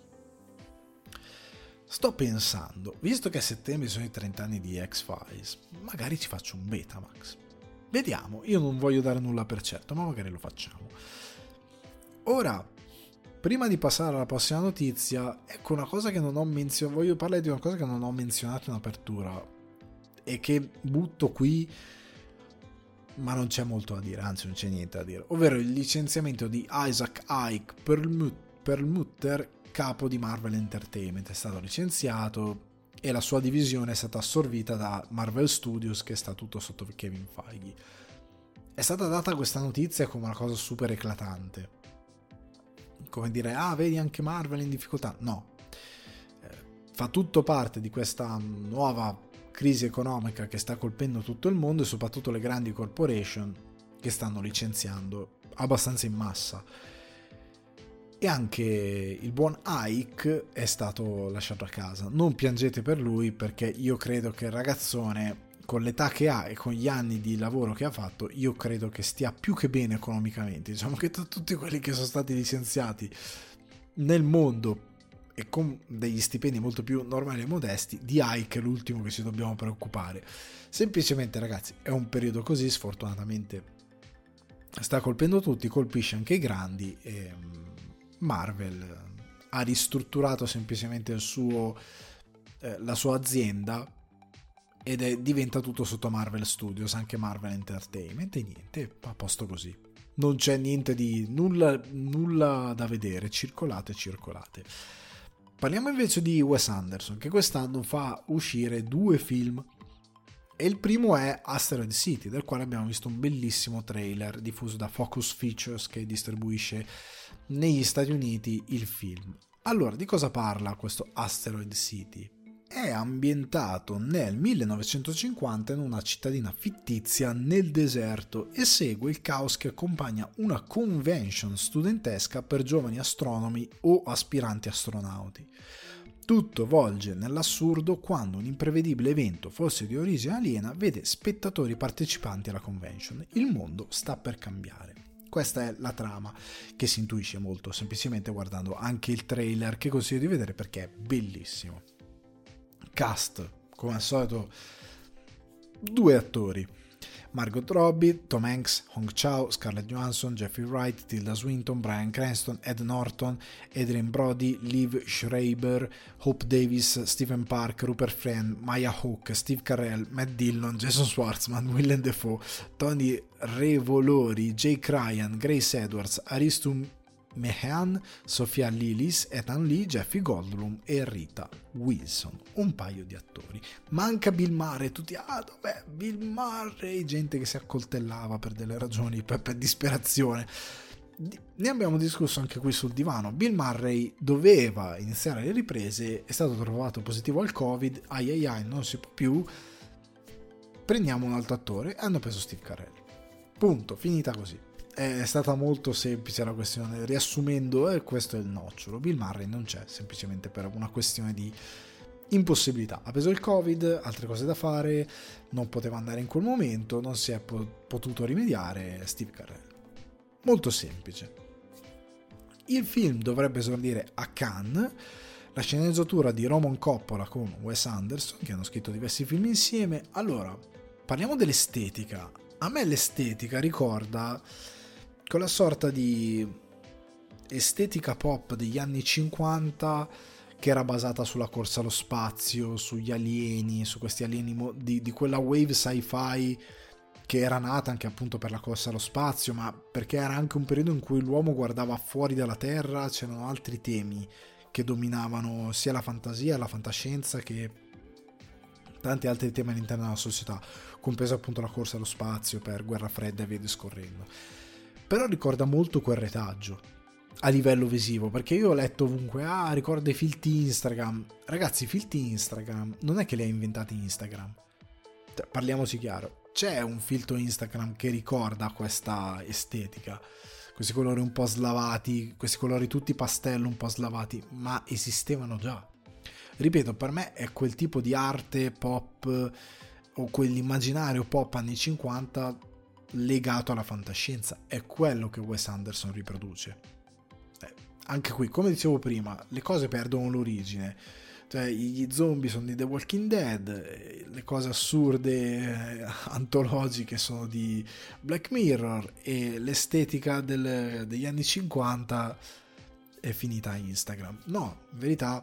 sto pensando, visto che a settembre sono i 30 anni di X-Files, magari ci faccio un Betamax. Vediamo, io non voglio dare nulla per certo, ma magari lo facciamo. Ora, prima di passare alla prossima notizia, ecco una cosa che non ho menzionato, voglio parlare di una cosa che non ho menzionato in apertura e che butto qui, ma non c'è molto da dire, anzi non c'è niente da dire, ovvero il licenziamento di Isaac Ike Perlmutter, capo di Marvel Entertainment. È stato licenziato e la sua divisione è stata assorbita da Marvel Studios, che sta tutto sotto Kevin Feige. È stata data questa notizia come una cosa super eclatante, come dire, vedi anche Marvel in difficoltà. No, fa tutto parte di questa nuova crisi economica che sta colpendo tutto il mondo, e soprattutto le grandi corporation che stanno licenziando abbastanza in massa. E anche il buon Ike è stato lasciato a casa. Non piangete per lui, perché io credo che il ragazzone, con l'età che ha e con gli anni di lavoro che ha fatto, io credo che stia più che bene economicamente. Diciamo che tra tutti quelli che sono stati licenziati nel mondo e con degli stipendi molto più normali e modesti, di Ike è l'ultimo che ci dobbiamo preoccupare. Semplicemente, ragazzi, è un periodo così, sfortunatamente sta colpendo tutti, colpisce anche i grandi, e Marvel ha ristrutturato semplicemente la sua azienda, ed diventa tutto sotto Marvel Studios, anche Marvel Entertainment, e niente, a posto così. Non c'è niente di nulla da vedere, circolate. Parliamo invece di Wes Anderson, che quest'anno fa uscire 2 film, e il primo è Asteroid City, del quale abbiamo visto un bellissimo trailer diffuso da Focus Features, che distribuisce negli Stati Uniti il film. Allora, di cosa parla questo Asteroid City? È ambientato nel 1950 in una cittadina fittizia nel deserto, e segue il caos che accompagna una convention studentesca per giovani astronomi o aspiranti astronauti. Tutto volge nell'assurdo quando un imprevedibile evento, forse di origine aliena, vede spettatori partecipanti alla convention. Il mondo sta per cambiare. Questa è la trama, che si intuisce molto semplicemente guardando anche il trailer, che consiglio di vedere perché è bellissimo. Cast, come al solito, 2 attori: Margot Robbie, Tom Hanks, Hong Chow, Scarlett Johansson, Jeffrey Wright, Tilda Swinton, Bryan Cranston, Ed Norton, Adrien Brody, Liv Schreiber, Hope Davis, Stephen Park, Rupert Friend, Maya Hawke, Steve Carell, Matt Dillon, Jason Schwartzman, Willem Dafoe, Tony Revolori, Jake Ryan, Grace Edwards, Aristum Meehan, Sophia Lillis, Ethan Lee, Jeffrey Goldblum e Rita Wilson, un paio di attori. Manca Bill Murray, tutti, dov'è Bill Murray? Gente che si accoltellava per delle ragioni, per disperazione. Ne abbiamo discusso anche qui sul divano. Bill Murray doveva iniziare le riprese, è stato trovato positivo al Covid, non si può più, prendiamo un altro attore, e hanno preso Steve Carell. Punto, finita così. È stata molto semplice la questione, riassumendo, questo è il nocciolo. Bill Murray non c'è, semplicemente per una questione di impossibilità. Ha preso il Covid, altre cose da fare, non poteva andare in quel momento, non si è potuto rimediare. Steve Carell. Molto semplice. Il film dovrebbe esordire a Cannes, la sceneggiatura di Roman Coppola con Wes Anderson, che hanno scritto diversi film insieme. Allora, parliamo dell'estetica. A me l'estetica ricorda quella sorta di estetica pop degli anni 50 che era basata sulla corsa allo spazio, sugli alieni, su questi alieni di quella wave sci-fi che era nata anche appunto per la corsa allo spazio, ma perché era anche un periodo in cui l'uomo guardava fuori dalla Terra, c'erano altri temi che dominavano sia la fantasia, la fantascienza, che tanti altri temi all'interno della società, compreso appunto la corsa allo spazio per guerra fredda e via discorrendo. Però ricorda molto quel retaggio a livello visivo, perché io ho letto ovunque, ricorda i filtri Instagram. Ragazzi, i filtri Instagram non è che li ha inventati Instagram, parliamoci chiaro, c'è un filtro Instagram che ricorda questa estetica, questi colori un po' slavati, questi colori tutti pastello un po' slavati, ma esistevano già. Ripeto, per me è quel tipo di arte pop o quell'immaginario pop anni 50 legato alla fantascienza, è quello che Wes Anderson riproduce. Anche qui, come dicevo prima, le cose perdono l'origine, cioè gli zombie sono di The Walking Dead, le cose assurde antologiche sono di Black Mirror, e l'estetica degli anni 50 è finita a Instagram. No, in verità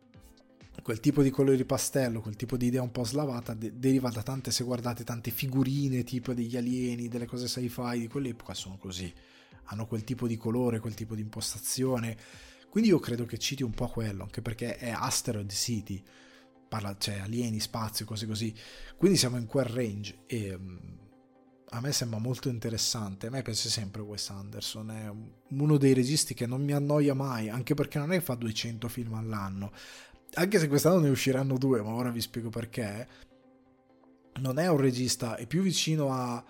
quel tipo di colori pastello, quel tipo di idea un po' slavata deriva da tante, se guardate, tante figurine tipo degli alieni, delle cose sci-fi di quell'epoca sono così, hanno quel tipo di colore, quel tipo di impostazione, quindi io credo che citi un po' quello, anche perché è Asteroid City, c'è alieni, spazio, cose così, quindi siamo in quel range, e a me sembra molto interessante. A me piace sempre Wes Anderson, è uno dei registi che non mi annoia mai, anche perché non è che fa 200 film all'anno, anche se quest'anno ne usciranno 2, ma ora vi spiego perché. Non è un regista, è più vicino a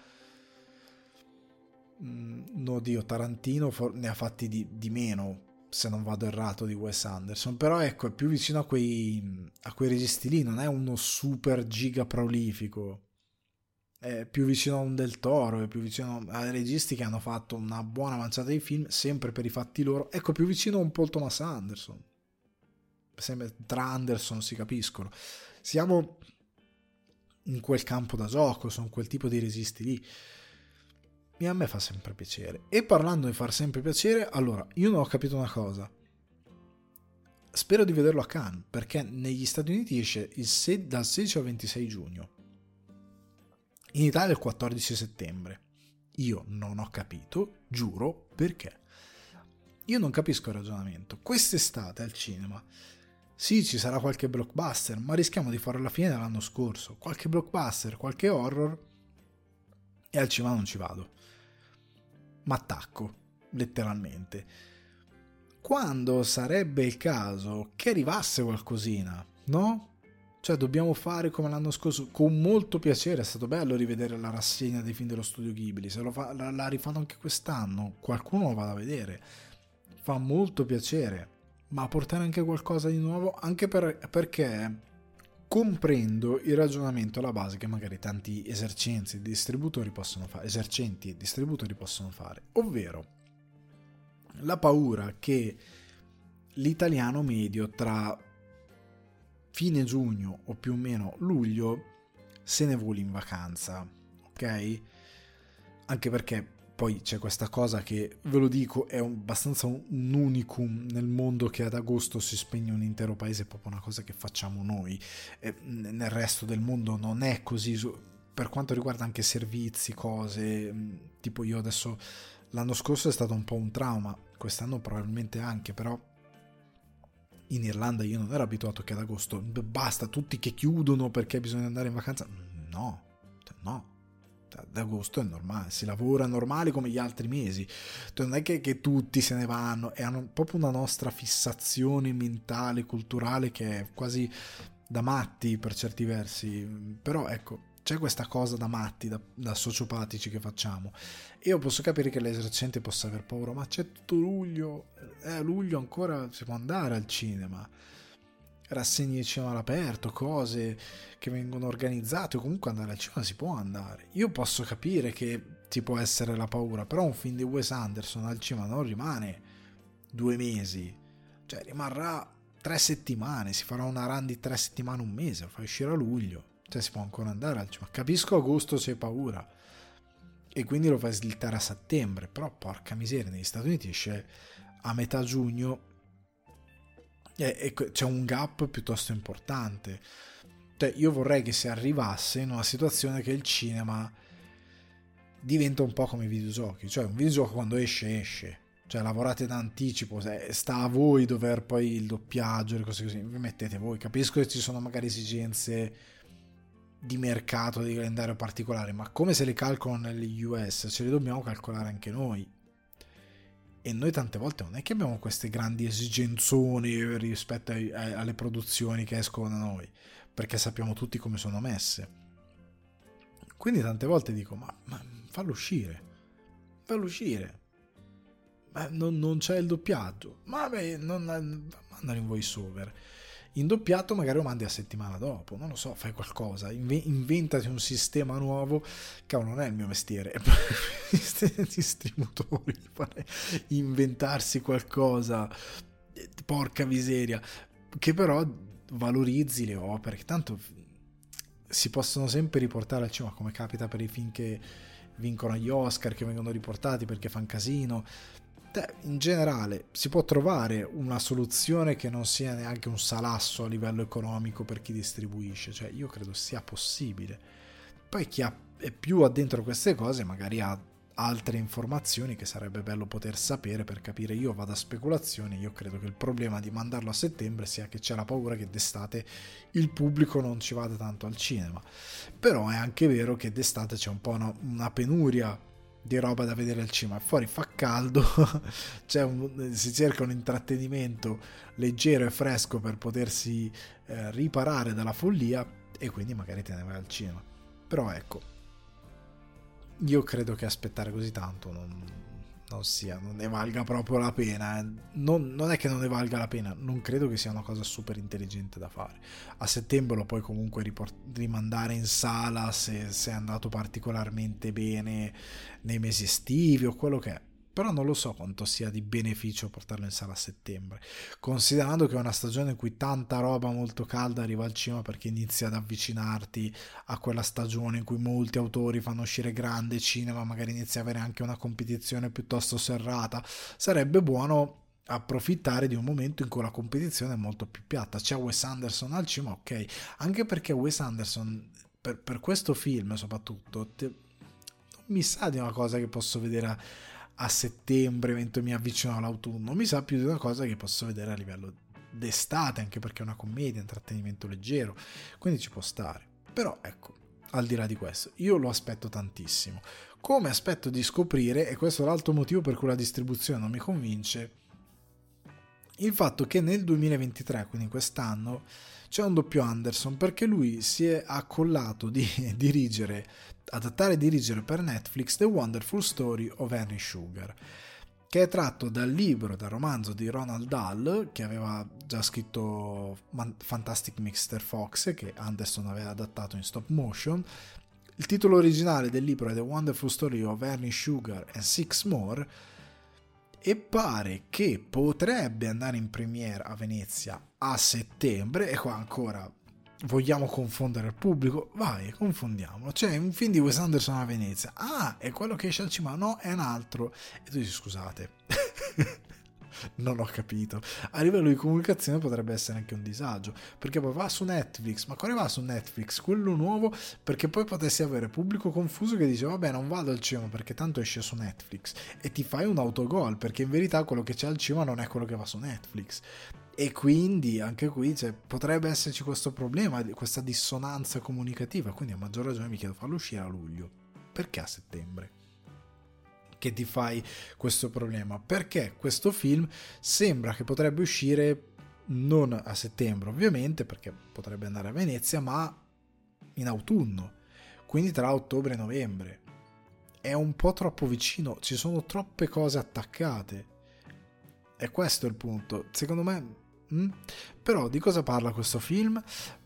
Tarantino ne ha fatti di meno, se non vado errato, di Wes Anderson, però ecco, è più vicino a quei registi lì, non è uno super giga prolifico, è più vicino a un Del Toro, è più vicino a registi che hanno fatto una buona manciata di film sempre per i fatti loro, ecco, più vicino a un Paul Thomas Anderson. Tra Anderson si capiscono, siamo in quel campo da gioco, sono quel tipo di registi lì, e a me fa sempre piacere. E parlando di far sempre piacere, allora io non ho capito una cosa, spero di vederlo a Cannes, perché negli Stati Uniti esce dal 16 al 26 giugno, in Italia il 14 settembre. Io non ho capito, giuro, perché. Io non capisco il ragionamento. Quest'estate al cinema sì, ci sarà qualche blockbuster, ma rischiamo di farlo alla fine dell'anno scorso. Qualche blockbuster, qualche horror, e al cinema non ci vado. Ma attacco, letteralmente. Quando sarebbe il caso che arrivasse qualcosina, no? Cioè dobbiamo fare come l'anno scorso, con molto piacere, è stato bello rivedere la rassegna dei film dello studio Ghibli, se la rifanno anche quest'anno, qualcuno lo vada a vedere, fa molto piacere. Ma portare anche qualcosa di nuovo, anche perché comprendo il ragionamento alla base che magari tanti esercenti e distributori possono fare, ovvero la paura che l'italiano medio tra fine giugno o più o meno luglio se ne voli in vacanza, ok? Anche perché poi c'è questa cosa che, ve lo dico, è abbastanza un unicum nel mondo, che ad agosto si spegne un intero paese, è proprio una cosa che facciamo noi. E nel resto del mondo non è così, per quanto riguarda anche servizi, cose, tipo io adesso L'anno scorso è stato un po' un trauma, quest'anno probabilmente anche, però in Irlanda io non ero abituato che ad agosto basta tutti che chiudono perché bisogna andare in vacanza. No, ad agosto è normale, si lavora normale come gli altri mesi. Non è che tutti se ne vanno, è proprio una nostra fissazione mentale, culturale, che è quasi da matti per certi versi. Però ecco, c'è questa cosa da matti, da sociopatici che facciamo. Io posso capire che la gente possa aver paura, ma c'è tutto luglio, a luglio ancora si può andare al cinema, rassegne di cinema all'aperto, cose che vengono organizzate, o comunque andare al cinema si può andare. Io posso capire che ci può essere la paura, però un film di Wes Anderson al cinema non rimane 2 mesi, cioè rimarrà 3 settimane, si farà una run di 3 settimane, un mese, lo fa uscire a luglio, cioè si può ancora andare al cinema. Capisco agosto c'è paura e quindi lo fai slittare a settembre, però porca miseria, negli Stati Uniti esce a metà giugno e c'è un gap piuttosto importante. Cioè, io vorrei che si arrivasse in una situazione che il cinema diventa un po' come i videogiochi, cioè un videogioco quando esce, cioè lavorate da anticipo, sta a voi dover poi il doppiaggio, le cose così, vi mettete voi. Capisco che ci sono magari esigenze di mercato, di calendario particolare, ma come se le calcolano negli US, ce le dobbiamo calcolare anche noi. E noi tante volte non è che abbiamo queste grandi esigenzoni rispetto alle produzioni che escono da noi, perché sappiamo tutti come sono messe. Quindi tante volte dico, ma fallo uscire, ma non c'è il doppiaggio, ma mandano in voice over. In doppiato magari lo mandi a settimana dopo, non lo so, fai qualcosa, inventati un sistema nuovo. Cavolo, non è il mio mestiere, è distributori, inventarsi qualcosa, porca miseria, che però valorizzi le opere, che tanto si possono sempre riportare al cinema, come capita per i film che vincono gli Oscar, che vengono riportati perché fan casino. In generale si può trovare una soluzione che non sia neanche un salasso a livello economico per chi distribuisce, cioè io credo sia possibile. Poi chi è più addentro queste cose magari ha altre informazioni che sarebbe bello poter sapere per capire. Io vado a speculazioni, io credo che il problema di mandarlo a settembre sia che c'è la paura che d'estate il pubblico non ci vada tanto al cinema, però è anche vero che d'estate c'è un po' una penuria di roba da vedere al cinema, fuori fa caldo, si cerca un intrattenimento leggero e fresco per potersi riparare dalla follia, e quindi magari te ne vai al cinema. Però ecco, io credo che aspettare così tanto non ne valga proprio la pena. Non è che non ne valga la pena, non credo che sia una cosa super intelligente da fare. A settembre lo puoi comunque rimandare in sala se è andato particolarmente bene nei mesi estivi o quello che è, però non lo so quanto sia di beneficio portarlo in sala a settembre, considerando che è una stagione in cui tanta roba molto calda arriva al cinema, perché inizia ad avvicinarti a quella stagione in cui molti autori fanno uscire grande cinema, magari inizia a avere anche una competizione piuttosto serrata. Sarebbe buono approfittare di un momento in cui la competizione è molto più piatta. C'è Wes Anderson al cinema, ok, anche perché Wes Anderson per questo film soprattutto non mi sa di una cosa che posso vedere a settembre mentre mi avvicino all'autunno, mi sa più di una cosa che posso vedere a livello d'estate, anche perché è una commedia, intrattenimento leggero, quindi ci può stare. Però ecco, al di là di questo, io lo aspetto tantissimo. Come aspetto di scoprire, e questo è l'altro motivo per cui la distribuzione non mi convince, il fatto che nel 2023, quindi quest'anno, c'è un doppio Anderson, perché lui si è accollato di adattare e dirigere per Netflix The Wonderful Story of Henry Sugar, che è tratto dal romanzo di Roald Dahl, che aveva già scritto Fantastic Mr. Fox, che Anderson aveva adattato in stop motion. Il titolo originale del libro è The Wonderful Story of Henry Sugar and Six More, e pare che potrebbe andare in premiere a Venezia a settembre. E qua ancora vogliamo confondere il pubblico? Vai, confondiamolo. C'è un film di Wes Anderson a Venezia, è quello che esce al cinema? No, è un altro. E tu dici scusate Non ho capito. A livello di comunicazione potrebbe essere anche un disagio, perché poi va su Netflix, ma quale va su Netflix? Quello nuovo, perché poi potessi avere pubblico confuso che dice vabbè non vado al cinema perché tanto esce su Netflix, e ti fai un autogol, perché in verità quello che c'è al cinema non è quello che va su Netflix. E quindi anche qui potrebbe esserci questo problema, questa dissonanza comunicativa, quindi a maggior ragione mi chiedo, farlo uscire a luglio, perché a settembre? Che ti fai questo problema? Perché questo film sembra che potrebbe uscire non a settembre ovviamente, perché potrebbe andare a Venezia, ma in autunno, quindi tra ottobre e novembre. È un po' troppo vicino, ci sono troppe cose attaccate, e questo è il punto, secondo me. Però di cosa parla questo film?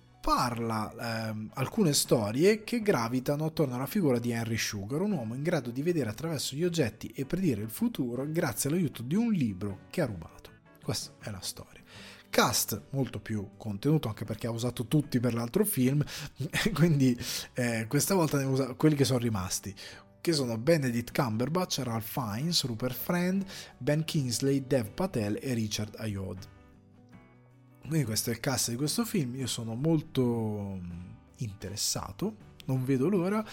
Parla alcune storie che gravitano attorno alla figura di Henry Sugar, un uomo in grado di vedere attraverso gli oggetti e predire il futuro grazie all'aiuto di un libro che ha rubato. Questa è la storia. Cast molto più contenuto, anche perché ha usato tutti per l'altro film, quindi questa volta ne usa quelli che sono rimasti, che sono Benedict Cumberbatch, Ralph Fiennes, Rupert Friend, Ben Kingsley, Dev Patel e Richard Ayoade. Quindi questo è il cast di questo film. Io sono molto interessato, non vedo l'ora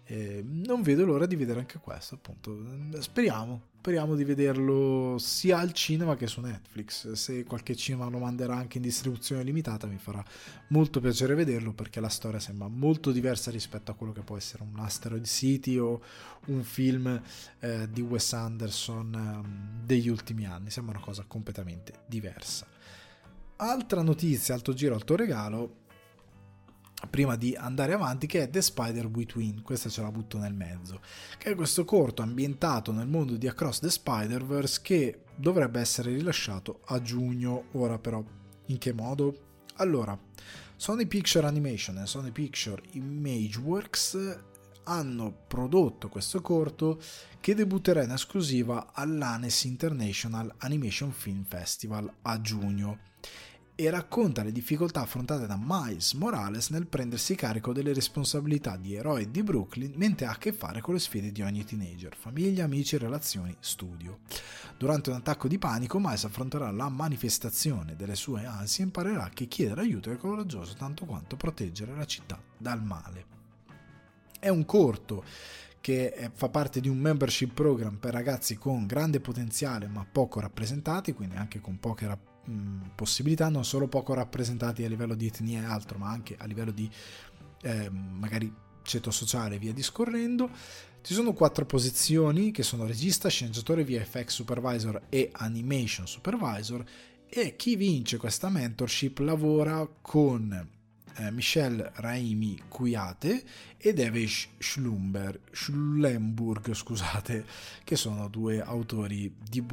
di vedere anche questo, appunto. Speriamo di vederlo sia al cinema che su Netflix. Se qualche cinema lo manderà anche in distribuzione limitata mi farà molto piacere vederlo, perché la storia sembra molto diversa rispetto a quello che può essere un Asteroid City o un film di Wes Anderson degli ultimi anni. Sembra una cosa completamente diversa. Altra notizia, alto giro, alto regalo, prima di andare avanti, che è The Spider Between. Questa ce la butto nel mezzo, che è questo corto ambientato nel mondo di Across the Spider-Verse che dovrebbe essere rilasciato a giugno. Ora però, in che modo? Allora, Sony Picture Animation e Sony Picture Imageworks hanno prodotto questo corto che debutterà in esclusiva all'Annecy International Animation Film Festival a giugno, e racconta le difficoltà affrontate da Miles Morales nel prendersi carico delle responsabilità di eroe di Brooklyn mentre ha a che fare con le sfide di ogni teenager: famiglia, amici, relazioni, studio. Durante un attacco di panico, Miles affronterà la manifestazione delle sue ansie e imparerà che chiedere aiuto è coraggioso tanto quanto proteggere la città dal male. È un corto che fa parte di un membership program per ragazzi con grande potenziale ma poco rappresentati, quindi anche con poche possibilità, non solo poco rappresentati a livello di etnia e altro, ma anche a livello di magari ceto sociale e via discorrendo. Ci sono 4 posizioni che sono regista, sceneggiatore, VFX supervisor e animation supervisor, e chi vince questa mentorship lavora con Michelle Raimi Kuyate e Devesh Schullenburg, scusate, che sono 2 autori di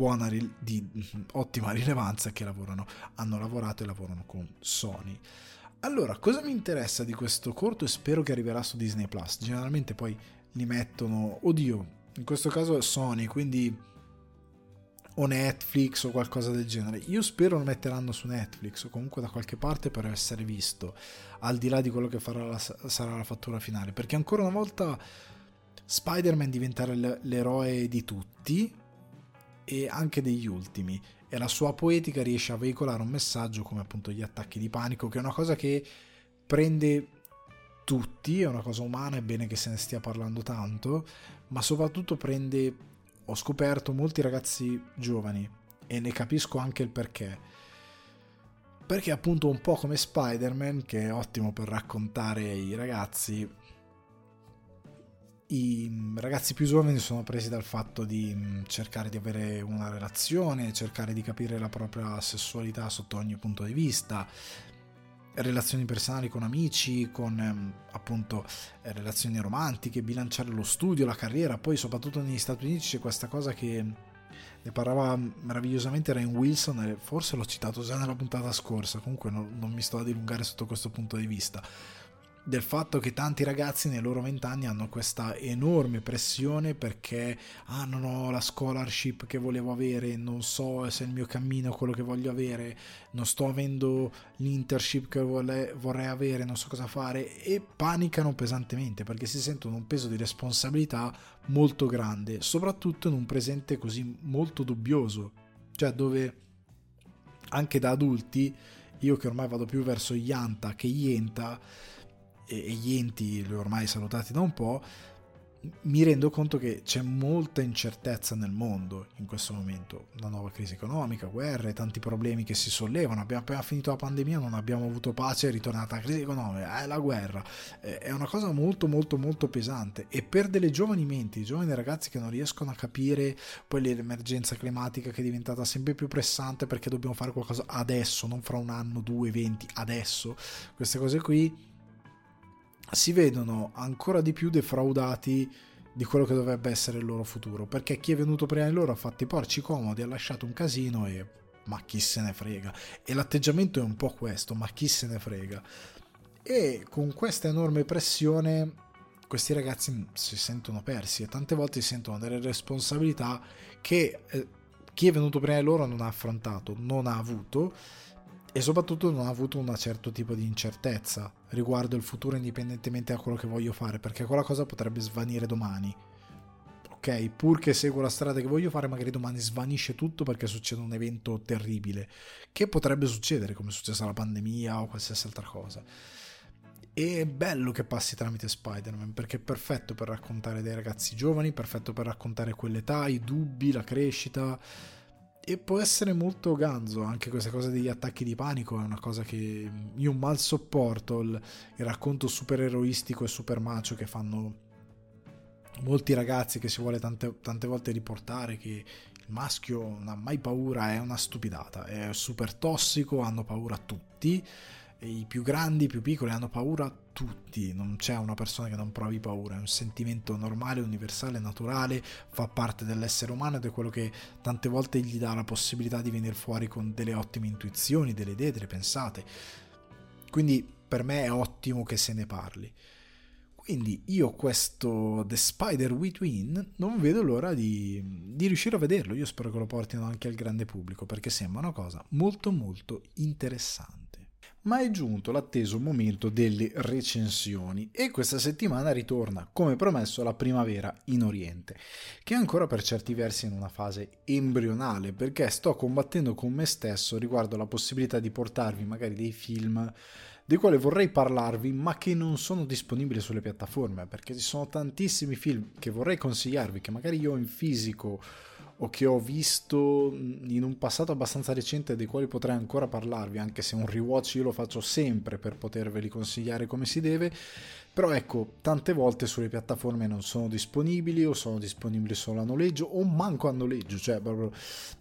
ottima rilevanza che hanno lavorato e lavorano con Sony. Allora, cosa mi interessa di questo corto e spero che arriverà su Disney Plus? Generalmente poi li mettono, in questo caso è Sony, quindi o Netflix o qualcosa del genere. Io spero lo metteranno su Netflix o comunque da qualche parte per essere visto, al di là di quello che sarà la fattura finale, perché ancora una volta Spider-Man diventerà l'eroe di tutti e anche degli ultimi, e la sua poetica riesce a veicolare un messaggio come appunto gli attacchi di panico, che è una cosa che prende tutti, è una cosa umana, è bene che se ne stia parlando tanto, ma soprattutto prende, ho scoperto, molti ragazzi giovani, e ne capisco anche il perché appunto un po' come Spider-Man, che è ottimo per raccontare ai ragazzi, i ragazzi più giovani sono presi dal fatto di cercare di avere una relazione, cercare di capire la propria sessualità sotto ogni punto di vista, relazioni personali con amici, con appunto relazioni romantiche, bilanciare lo studio, la carriera. Poi soprattutto negli Stati Uniti c'è questa cosa che ne parlava meravigliosamente Rainn Wilson, e forse l'ho citato già nella puntata scorsa, comunque non mi sto a dilungare sotto questo punto di vista, del fatto che tanti ragazzi nei loro 20 anni hanno questa enorme pressione perché non ho la scholarship che volevo avere, non so se il mio cammino è quello che voglio avere, non sto avendo l'internship che vorrei avere, non so cosa fare, e panicano pesantemente perché si sentono un peso di responsabilità molto grande, soprattutto in un presente così molto dubbioso cioè dove anche da adulti, io che ormai vado più verso Yanta che Yenta, e gli enti li ho ormai salutati da un po', mi rendo conto che c'è molta incertezza nel mondo in questo momento, una nuova crisi economica, guerre, tanti problemi che si sollevano. Abbiamo appena finito la pandemia, non abbiamo avuto pace, è ritornata la crisi economica, è la guerra, è una cosa molto molto molto pesante, e per delle giovani menti, giovani ragazzi che non riescono a capire poi l'emergenza climatica che è diventata sempre più pressante, perché dobbiamo fare qualcosa adesso, non fra un anno, 2, 20, adesso, queste cose qui si vedono ancora di più defraudati di quello che dovrebbe essere il loro futuro, perché chi è venuto prima di loro ha fatto i porci comodi, ha lasciato un casino e ma chi se ne frega, e l'atteggiamento è un po' questo, ma chi se ne frega. E con questa enorme pressione questi ragazzi si sentono persi, e tante volte si sentono delle responsabilità che chi è venuto prima di loro non ha affrontato, non ha avuto, e soprattutto non ha avuto un certo tipo di incertezza riguardo il futuro, indipendentemente da quello che voglio fare, perché quella cosa potrebbe svanire domani, ok? Pur che seguo la strada che voglio fare, magari domani svanisce tutto perché succede un evento terribile, che potrebbe succedere, come è successa la pandemia o qualsiasi altra cosa. E è bello che passi tramite Spider-Man, perché è perfetto per raccontare dei ragazzi giovani, perfetto per raccontare quell'età, i dubbi, la crescita, e può essere molto ganzo. Anche questa cosa degli attacchi di panico è una cosa che io mal sopporto, il racconto super eroistico e super macio che fanno molti ragazzi, che si vuole tante volte riportare che il maschio non ha mai paura, è una stupidata, è super tossico, hanno paura tutti, e i più grandi, i più piccoli hanno paura tutti, non c'è una persona che non provi paura, è un sentimento normale, universale, naturale, fa parte dell'essere umano, ed è quello che tante volte gli dà la possibilità di venire fuori con delle ottime intuizioni, delle idee, delle pensate. Quindi per me è ottimo che se ne parli. Quindi io questo The Spider-Within non vedo l'ora di riuscire a vederlo. Io spero che lo portino anche al grande pubblico, perché sembra una cosa molto molto interessante. Ma è giunto l'atteso momento delle recensioni, e questa settimana ritorna, come promesso, la primavera in Oriente, che è ancora per certi versi in una fase embrionale, perché sto combattendo con me stesso riguardo alla possibilità di portarvi magari dei film dei quali vorrei parlarvi, ma che non sono disponibili sulle piattaforme, perché ci sono tantissimi film che vorrei consigliarvi, che magari io ho in fisico o che ho visto in un passato abbastanza recente, dei quali potrei ancora parlarvi, anche se un rewatch io lo faccio sempre per poterveli consigliare come si deve. Però ecco, tante volte sulle piattaforme non sono disponibili, o sono disponibili solo a noleggio, o manco a noleggio, cioè proprio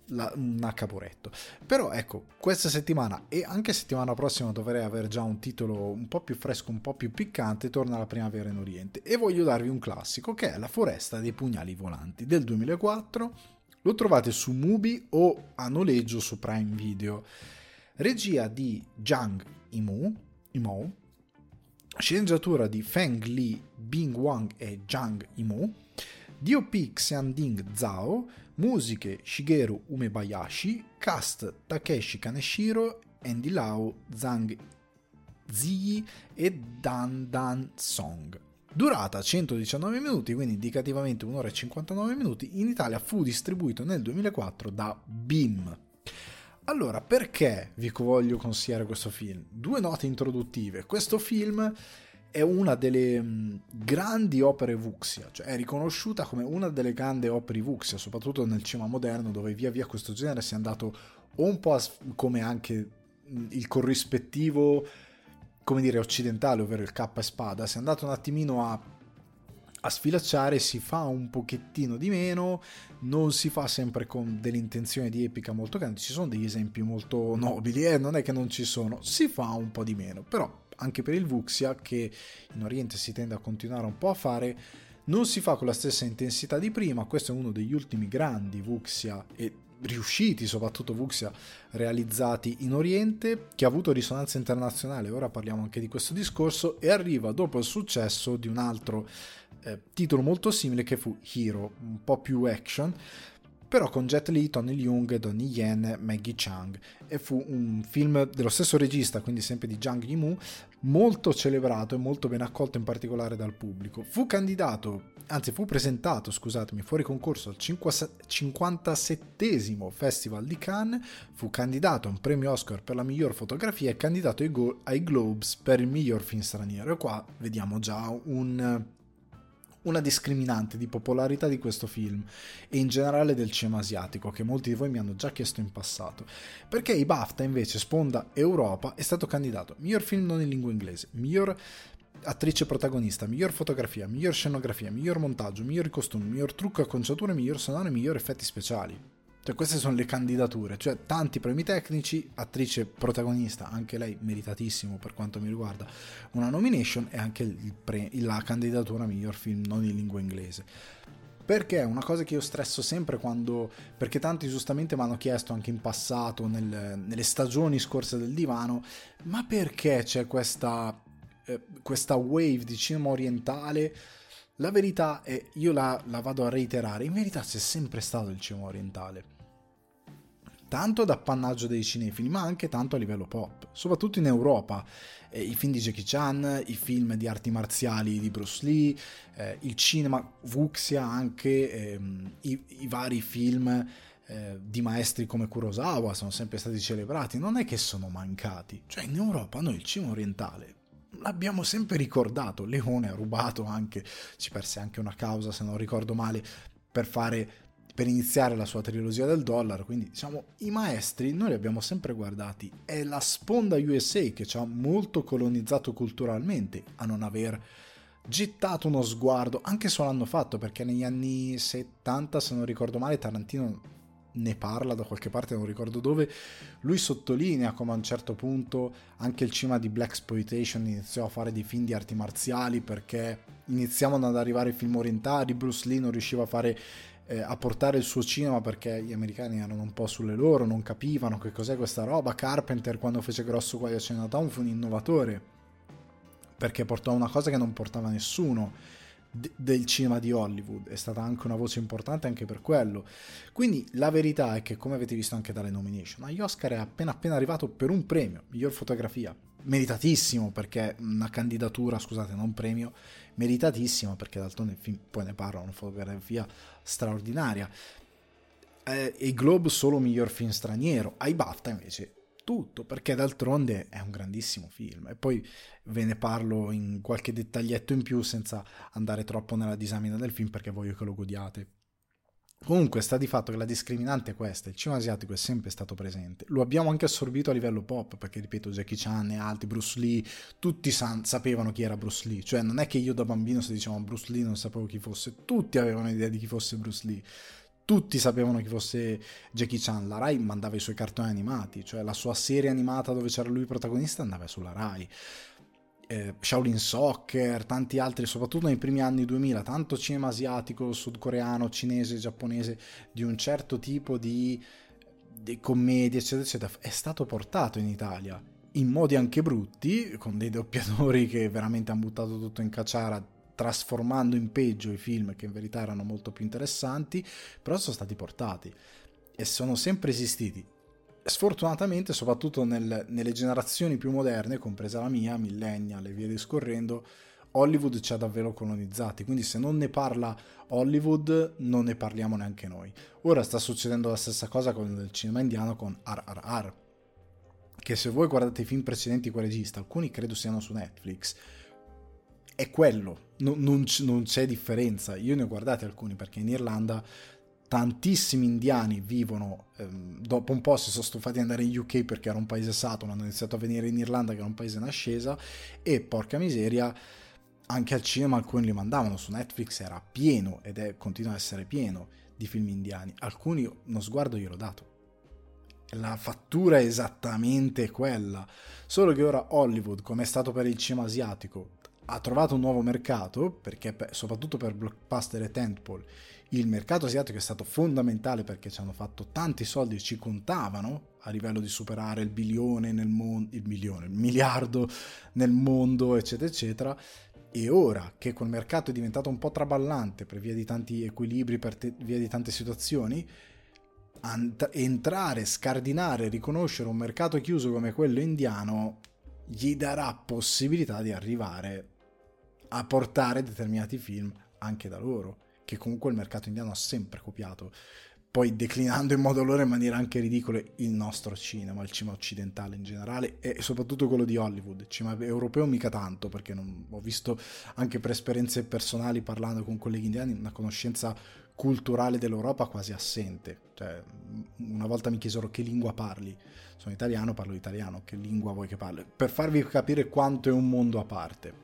un caporetto. Però ecco, questa settimana e anche settimana prossima dovrei aver già un titolo un po' più fresco, un po' più piccante. Torna la primavera in Oriente, e voglio darvi un classico, che è La foresta dei pugnali volanti del 2004. Lo trovate su Mubi o a noleggio su Prime Video. Regia di Zhang Yimou, sceneggiatura di Feng Li, Bing Wang e Zhang Yimou, DOP Xianding Zhao, musiche Shigeru Umebayashi, cast Takeshi Kaneshiro, Andy Lau, Zhang Ziyi e Dan Dan Song. Durata 119 minuti, quindi indicativamente 1 ora e 59 minuti. In Italia fu distribuito nel 2004 da BIM. Allora, perché vi voglio consigliare questo film? Due note introduttive. Questo film è una delle grandi opere Wuxia, cioè è riconosciuta come una delle grandi opere Wuxia, soprattutto nel cinema moderno, dove via via questo genere si è andato un po' come anche il corrispettivo, come dire, occidentale, ovvero il K spada, si è andato un attimino a sfilacciare, si fa un pochettino di meno, non si fa sempre con delle intenzioni di epica molto grandi, ci sono degli esempi molto nobili, non è che non ci sono, si fa un po' di meno, però anche per il Wuxia, che in Oriente si tende a continuare un po' a fare, non si fa con la stessa intensità di prima. Questo è uno degli ultimi grandi Wuxia, e riusciti soprattutto Wuxia realizzati in Oriente, che ha avuto risonanza internazionale. Ora parliamo anche di questo discorso, e arriva dopo il successo di un altro titolo molto simile, che fu Hero, un po' più action, però con Jet Li, Tony Leung, Donnie Yen, Maggie Chang, e fu un film dello stesso regista, quindi sempre di Zhang Yimou, molto celebrato e molto ben accolto in particolare dal pubblico. Fu presentato, scusatemi, fuori concorso al 57esimo Festival di Cannes, fu candidato a un premio Oscar per la miglior fotografia e candidato ai Globes per il miglior film straniero. E qua vediamo già una discriminante di popolarità di questo film e in generale del cinema asiatico, che molti di voi mi hanno già chiesto in passato, perché i BAFTA invece, sponda Europa, è stato candidato miglior film non in lingua inglese, miglior attrice protagonista, miglior fotografia, miglior scenografia, miglior montaggio, migliori costumi, miglior trucco e acconciature, miglior sonoro e miglior effetti speciali. Cioè, queste sono le candidature, cioè tanti premi tecnici, attrice protagonista, anche lei meritatissimo per quanto mi riguarda, una nomination e anche la candidatura a miglior film non in lingua inglese. Perché è una cosa che io stresso sempre perché tanti giustamente mi hanno chiesto anche in passato, nelle stagioni scorse del divano, ma perché c'è questa wave di cinema orientale? La verità è, io la vado a reiterare, in verità c'è sempre stato il cinema orientale, tanto ad appannaggio dei cinefili, ma anche tanto a livello pop, soprattutto in Europa. I film di Jackie Chan, i film di arti marziali di Bruce Lee, il cinema Wuxia, anche i vari film di maestri come Kurosawa sono sempre stati celebrati, non è che sono mancati. Cioè, in Europa noi il cinema orientale l'abbiamo sempre ricordato. Leone ha rubato anche, ci perse anche una causa, se non ricordo male, per iniziare la sua trilogia del dollaro. Quindi diciamo i maestri noi li abbiamo sempre guardati. È la sponda USA che ci ha molto colonizzato culturalmente a non aver gettato uno sguardo, anche se l'hanno fatto, perché negli anni 70, se non ricordo male, Tarantino ne parla da qualche parte, non ricordo dove, lui sottolinea come a un certo punto anche il cinema di Blaxploitation iniziò a fare dei film di arti marziali, perché iniziavano ad arrivare i film orientali, Bruce Lee non riusciva a portare il suo cinema perché gli americani erano un po' sulle loro, non capivano che cos'è questa roba. Carpenter, quando fece Grosso Guai a Chinatown, fu un innovatore, perché portò una cosa che non portava nessuno del cinema di Hollywood. È stata anche una voce importante anche per quello. Quindi la verità è che, come avete visto anche dalle nomination, agli Oscar è appena arrivato per un premio, miglior fotografia, meritatissimo, perché una candidatura, scusate, non premio, meritatissima, perché d'altronde il film, poi ne parla, una fotografia straordinaria. I Globe solo miglior film straniero, ai BAFTA invece tutto, perché d'altronde è un grandissimo film. E poi ve ne parlo in qualche dettaglietto in più senza andare troppo nella disamina del film, perché voglio che lo godiate. Comunque sta di fatto che la discriminante è questa: il cinema asiatico è sempre stato presente, lo abbiamo anche assorbito a livello pop, perché ripeto, Jackie Chan e altri, Bruce Lee, tutti sapevano chi era Bruce Lee. Cioè non è che io da bambino, se dicevamo Bruce Lee, non sapevo chi fosse, tutti avevano idea di chi fosse Bruce Lee, tutti sapevano chi fosse Jackie Chan. La Rai mandava i suoi cartoni animati, cioè la sua serie animata dove c'era lui protagonista andava sulla Rai. Shaolin Soccer, tanti altri, soprattutto nei primi anni 2000, tanto cinema asiatico, sudcoreano, cinese, giapponese, di un certo tipo di commedie, eccetera, eccetera, è stato portato in Italia, in modi anche brutti, con dei doppiatori che veramente hanno buttato tutto in caciara, trasformando in peggio i film che in verità erano molto più interessanti, però sono stati portati e sono sempre esistiti. Sfortunatamente, soprattutto nelle generazioni più moderne, compresa la mia, millennial e via discorrendo, Hollywood ci ha davvero colonizzati, quindi se non ne parla Hollywood non ne parliamo neanche noi. Ora sta succedendo la stessa cosa con il cinema indiano, con RRR, che se voi guardate i film precedenti di quel regista, alcuni credo siano su Netflix, è quello, non c'è differenza. Io ne ho guardati alcuni, perché in Irlanda tantissimi indiani vivono, dopo un po' si sono stufati di andare in UK perché era un paese saturo, hanno iniziato a venire in Irlanda che era un paese in ascesa, e porca miseria anche al cinema alcuni li mandavano. Su Netflix era pieno, continua a essere pieno di film indiani. Alcuni uno sguardo gliel'ho dato, la fattura è esattamente quella, solo che ora Hollywood, come è stato per il cinema asiatico, ha trovato un nuovo mercato, perché soprattutto per blockbuster e tentpole il mercato asiatico è stato fondamentale, perché ci hanno fatto tanti soldi, ci contavano a livello di superare il bilione nel mondo, il miliardo nel mondo, eccetera eccetera. E ora che quel mercato è diventato un po' traballante per via di tanti equilibri, per via di tante situazioni, entrare, scardinare, riconoscere un mercato chiuso come quello indiano gli darà possibilità di arrivare a portare determinati film anche da loro, che comunque il mercato indiano ha sempre copiato, poi declinando in modo loro in maniera anche ridicola il nostro cinema, il cinema occidentale in generale e soprattutto quello di Hollywood. Il cinema europeo mica tanto, perché ho visto anche per esperienze personali, parlando con colleghi indiani, una conoscenza culturale dell'Europa quasi assente. Cioè, una volta mi chiesero che lingua parli, sono italiano, parlo italiano, che lingua vuoi che parli, per farvi capire quanto è un mondo a parte.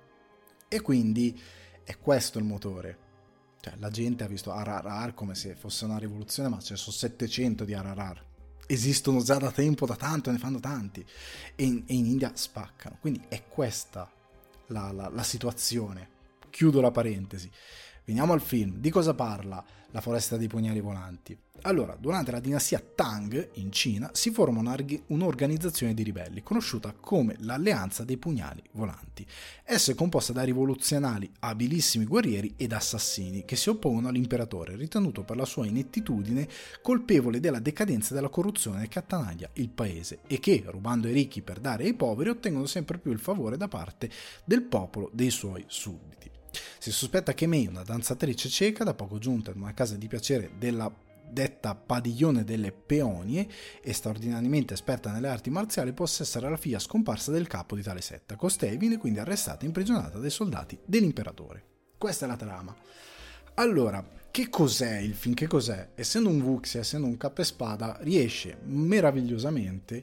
E quindi è questo il motore. Cioè, la gente ha visto RRR come se fosse una rivoluzione, ma ce ne sono 700 di RRR. Esistono già da tempo, da tanto, ne fanno tanti. E in India spaccano. Quindi è questa la situazione. Chiudo la parentesi. Veniamo al film. Di cosa parla La foresta dei pugnali volanti? Allora, durante la dinastia Tang in Cina si forma un'organizzazione di ribelli conosciuta come l'Alleanza dei Pugnali Volanti. Essa è composta da rivoluzionari, abilissimi guerrieri ed assassini che si oppongono all'imperatore, ritenuto per la sua inettitudine colpevole della decadenza e della corruzione che attanaglia il paese e che, rubando ai ricchi per dare ai poveri, ottengono sempre più il favore da parte del popolo dei suoi sudditi. Si sospetta che Mei, una danzatrice cieca da poco giunta in una casa di piacere detta Padiglione delle Peonie e straordinariamente esperta nelle arti marziali, possa essere la figlia scomparsa del capo di tale setta. Costei viene quindi arrestata e imprigionata dai soldati dell'imperatore. Questa è la trama. Allora, che cos'è il film? Che cos'è? Essendo un wuxia, essendo un cappespada, riesce meravigliosamente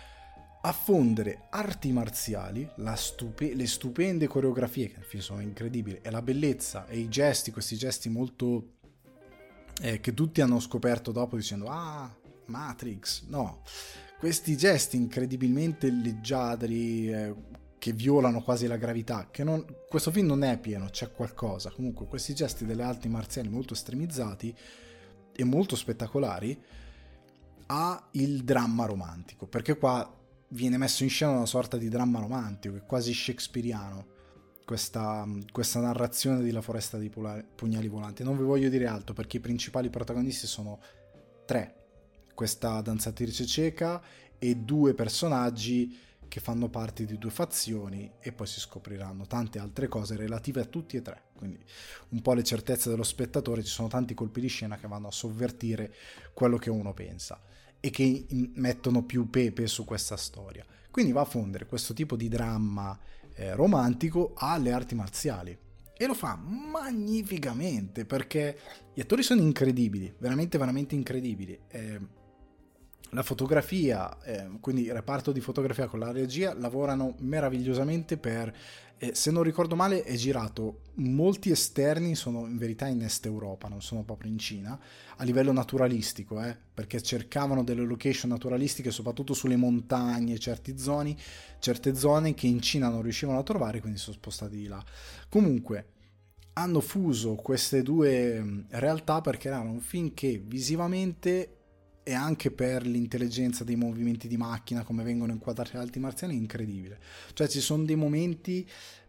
a fondere arti marziali, le stupende coreografie, che nel film sono incredibili, e la bellezza e i gesti, questi gesti molto che tutti hanno scoperto dopo dicendo Matrix, no, questi gesti incredibilmente leggiadri che violano quasi la gravità, questo film non è pieno, c'è qualcosa, comunque questi gesti delle arti marziali molto estremizzati e molto spettacolari ha il dramma romantico, perché qua viene messo in scena una sorta di dramma romantico, è quasi shakespeariano, questa narrazione di La foresta dei pugnali volanti. Non vi voglio dire altro perché i principali protagonisti sono 3, questa danzatrice cieca e 2 personaggi che fanno parte di 2 fazioni, e poi si scopriranno tante altre cose relative a tutti e 3, quindi un po' le certezze dello spettatore. Ci sono tanti colpi di scena che vanno a sovvertire quello che uno pensa e che mettono più pepe su questa storia, quindi va a fondere questo tipo di dramma romantico alle arti marziali, e lo fa magnificamente perché gli attori sono incredibili, veramente veramente incredibili. La fotografia, quindi il reparto di fotografia con la regia lavorano meravigliosamente se non ricordo male è girato, molti esterni sono in verità in Est Europa, non sono proprio in Cina, a livello naturalistico, perché cercavano delle location naturalistiche soprattutto sulle montagne, certe zone che in Cina non riuscivano a trovare, quindi sono spostati di là. Comunque hanno fuso queste 2 realtà perché era un film che visivamente e anche per l'intelligenza dei movimenti di macchina, come vengono inquadrati le arti marziali, è incredibile. Cioè ci sono dei momenti,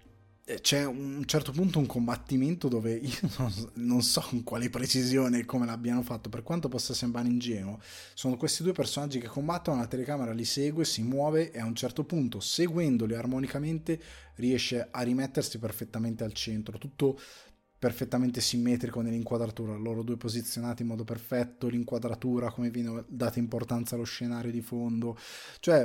c'è un certo punto un combattimento dove io non so con quale precisione e come l'abbiano fatto, per quanto possa sembrare ingenuo. Sono questi 2 personaggi che combattono, la telecamera li segue, si muove e a un certo punto, seguendoli armonicamente, riesce a rimettersi perfettamente al centro, tutto perfettamente simmetrico nell'inquadratura, loro 2 posizionati in modo perfetto, l'inquadratura, come viene data importanza allo scenario di fondo, cioè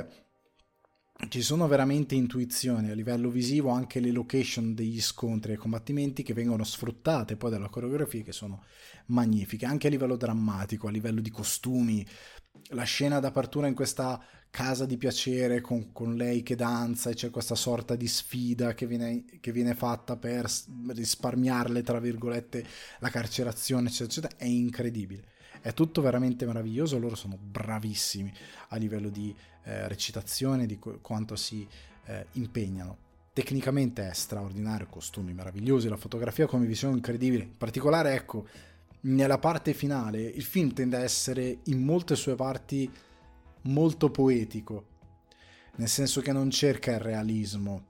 ci sono veramente intuizioni a livello visivo, anche le location degli scontri e combattimenti che vengono sfruttate poi dalla coreografia, che sono magnifiche, anche a livello drammatico, a livello di costumi. La scena d'apertura in questa casa di piacere con lei che danza e c'è questa sorta di sfida che viene fatta per risparmiarle, tra virgolette, la carcerazione, eccetera, eccetera, è incredibile. È tutto veramente meraviglioso, loro sono bravissimi a livello di recitazione, di quanto si impegnano. Tecnicamente è straordinario, costumi meravigliosi, la fotografia come visione incredibile. In particolare, ecco, nella parte finale il film tende a essere in molte sue parti molto poetico, nel senso che non cerca il realismo,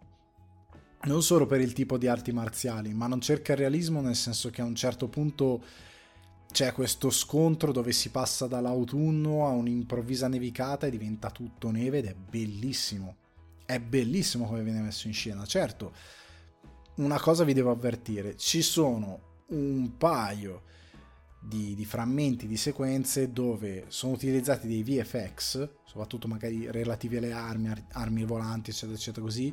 non solo per il tipo di arti marziali, ma non cerca il realismo nel senso che a un certo punto c'è questo scontro dove si passa dall'autunno a un'improvvisa nevicata e diventa tutto neve ed è bellissimo. è bellissimo come viene messo in scena. Certo, una cosa vi devo avvertire, ci sono un paio di frammenti di sequenze dove sono utilizzati dei VFX, soprattutto magari relativi alle armi volanti, eccetera eccetera, così,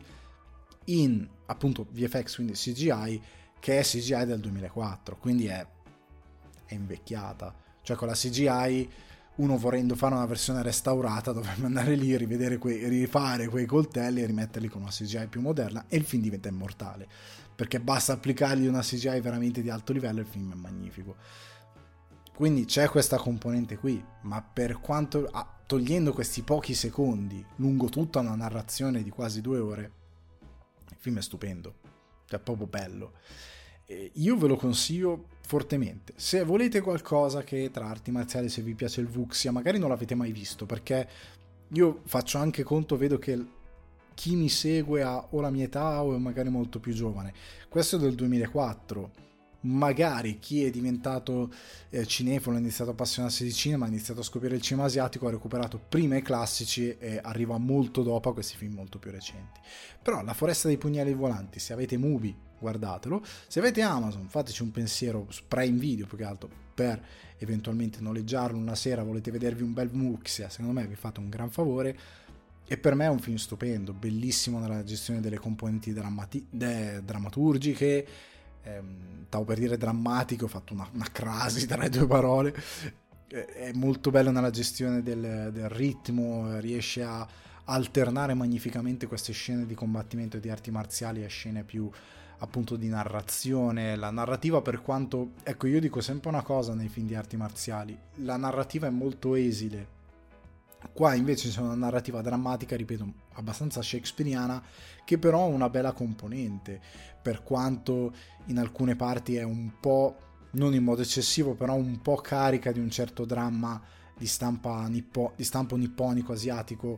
in appunto VFX, quindi CGI, che è CGI del 2004, quindi è invecchiata. Cioè con la CGI, uno volendo fare una versione restaurata dovrebbe andare lì, rifare quei coltelli e rimetterli con una CGI più moderna, e il film diventa immortale, perché basta applicargli una CGI veramente di alto livello e il film è magnifico. Quindi c'è questa componente qui, ma per quanto, togliendo questi pochi secondi lungo tutta una narrazione di quasi 2 ore, il film è stupendo, è proprio bello. Io ve lo consiglio fortemente. Se volete qualcosa che tra arti marziali, se vi piace il wuxia, magari non l'avete mai visto, perché io faccio anche conto, vedo che chi mi segue ha o la mia età o è magari molto più giovane. Questo è del 2004. Magari chi è diventato cinefilo, ha iniziato a appassionarsi di cinema, ha iniziato a scoprire il cinema asiatico, ha recuperato prima i classici e arriva molto dopo a questi film molto più recenti. Però La foresta dei pugnali volanti, se avete Mubi, guardatelo. Se avete Amazon, fateci un pensiero su Prime Video, più che altro, per eventualmente noleggiarlo una sera, volete vedervi un bel wuxia, secondo me vi fate un gran favore. E per me è un film stupendo, bellissimo nella gestione delle componenti drammaturgiche, stavo per dire drammatico, ho fatto una crasi tra le due parole. È molto bello nella gestione del ritmo, riesce a alternare magnificamente queste scene di combattimento e di arti marziali a scene più appunto di narrazione. La narrativa, per quanto, ecco, io dico sempre una cosa nei film di arti marziali, la narrativa è molto esile. Qua invece c'è una narrativa drammatica, ripeto, abbastanza shakespeariana, che però ha una bella componente, per quanto in alcune parti è un po', non in modo eccessivo, però un po' carica di un certo dramma di stampo nipponico, asiatico,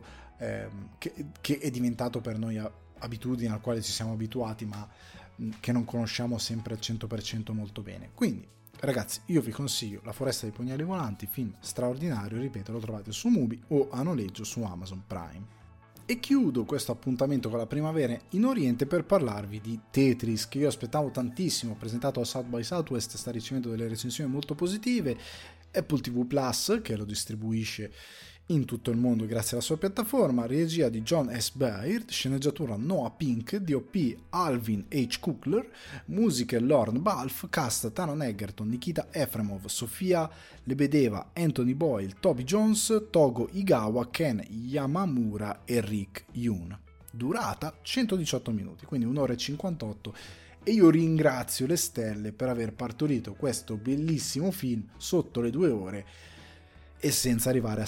che è diventato per noi abitudine, al quale ci siamo abituati, ma che non conosciamo sempre al 100% molto bene. Quindi ragazzi, io vi consiglio La foresta dei pugnali volanti, film straordinario, ripeto, lo trovate su Mubi o a noleggio su Amazon Prime. E chiudo questo appuntamento con la primavera in Oriente per parlarvi di Tetris, che io aspettavo tantissimo, presentato a South by Southwest, sta ricevendo delle recensioni molto positive. Apple TV Plus, che lo distribuisce in tutto il mondo grazie alla sua piattaforma, regia di John S. Baird, sceneggiatura Noah Pink, DOP Alvin H. Kukler, musiche Lorne Balfe, cast Taron Egerton, Nikita Efremov, Sofia Lebedeva, Anthony Boyle, Toby Jones, Togo Igawa, Ken Yamamura e Rick Yoon. Durata 118 minuti, quindi 1 ora e 58, e io ringrazio le stelle per aver partorito questo bellissimo film sotto le 2 ore e senza arrivare a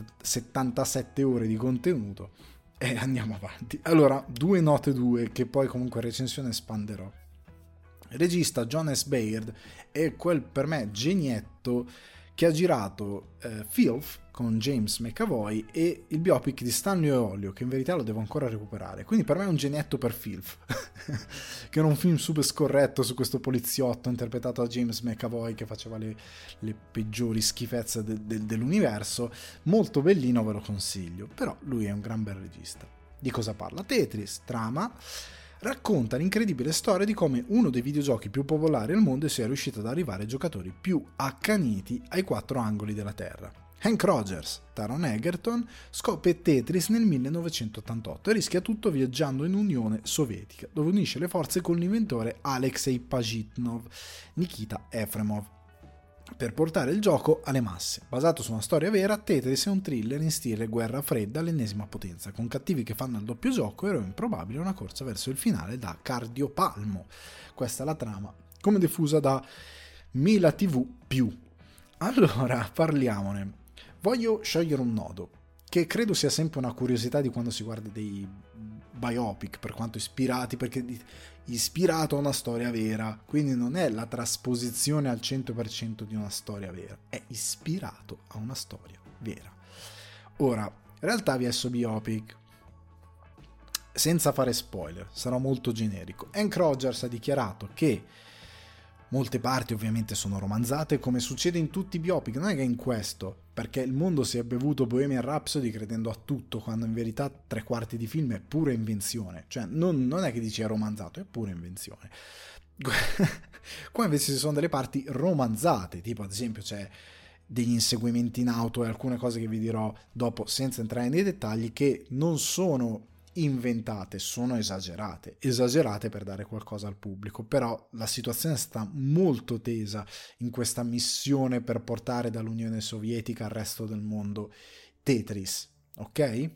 77 ore di contenuto. E andiamo avanti. Allora, 2 note che poi comunque recensione espanderò. Regista John S. Baird è quel, per me, genietto che ha girato Filth con James McAvoy e il biopic di Stanley Olio, che in verità lo devo ancora recuperare. Quindi per me è un genietto per Filth, che era un film super scorretto su questo poliziotto interpretato da James McAvoy che faceva le peggiori schifezze dell'universo. Molto bellino, ve lo consiglio, però lui è un gran bel regista. Di cosa parla Tetris? Trama: racconta l'incredibile storia di come uno dei videogiochi più popolari al mondo sia riuscito ad arrivare ai giocatori più accaniti ai 4 angoli della Terra. Hank Rogers, Taron Egerton, scopre Tetris nel 1988 e rischia tutto viaggiando in Unione Sovietica, dove unisce le forze con l'inventore Alexei Pajitnov, Nikita Efremov, per portare il gioco alle masse. Basato su una storia vera, Tetris è un thriller in stile guerra fredda all'ennesima potenza, con cattivi che fanno il doppio gioco, eroe improbabile e una corsa verso il finale da cardiopalmo. Questa è la trama, come diffusa da Mila TV+. Allora, parliamone. Voglio sciogliere un nodo, che credo sia sempre una curiosità di quando si guarda dei biopic, per quanto ispirati, perché ispirato a una storia vera, quindi non è la trasposizione al 100% di una storia vera, è ispirato a una storia vera. Ora, in realtà VS biopic, senza fare spoiler, sarò molto generico. Hank Rogers ha dichiarato che Molte parti ovviamente sono romanzate, come succede in tutti i biopic, non è che in questo, perché il mondo si è bevuto Bohemian Rhapsody credendo a tutto, quando in verità 3/4 di film è pura invenzione. Cioè non è che dici è romanzato, è pura invenzione. Qua invece ci sono delle parti romanzate, tipo ad esempio c'è degli inseguimenti in auto e alcune cose che vi dirò dopo senza entrare nei dettagli, che non sono inventate, sono esagerate per dare qualcosa al pubblico, però la situazione sta molto tesa in questa missione per portare dall'Unione Sovietica al resto del mondo Tetris, ok?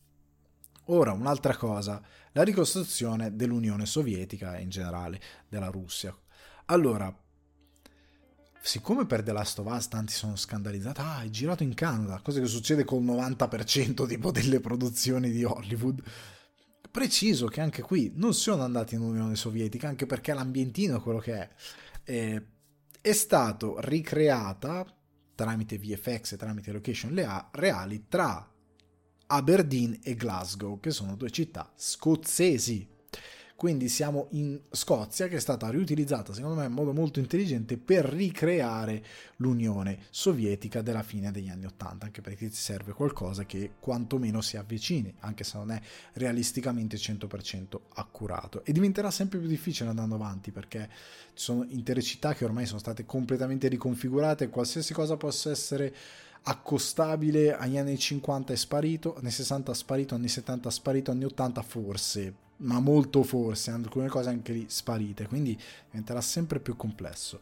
Ora un'altra cosa, la ricostruzione dell'Unione Sovietica e in generale della Russia. Allora, siccome per The Last of Us tanti sono scandalizzati, è girato in Canada, cosa che succede col 90% tipo delle produzioni di Hollywood, preciso che anche qui non sono andati in Unione Sovietica, anche perché l'ambientino è quello che è stato ricreata tramite VFX e tramite location reali tra Aberdeen e Glasgow, che sono due città scozzesi. Quindi siamo in Scozia, che è stata riutilizzata secondo me in modo molto intelligente per ricreare l'Unione Sovietica della fine degli anni '80, anche perché ti serve qualcosa che quantomeno si avvicini, anche se non è realisticamente 100% accurato. E diventerà sempre più difficile andando avanti, perché ci sono intere città che ormai sono state completamente riconfigurate, qualsiasi cosa possa essere accostabile agli anni 50 è sparito, anni 60 è sparito, anni 70 è sparito, anni 80 forse, ma molto forse, alcune cose anche lì sparite, quindi diventerà sempre più complesso.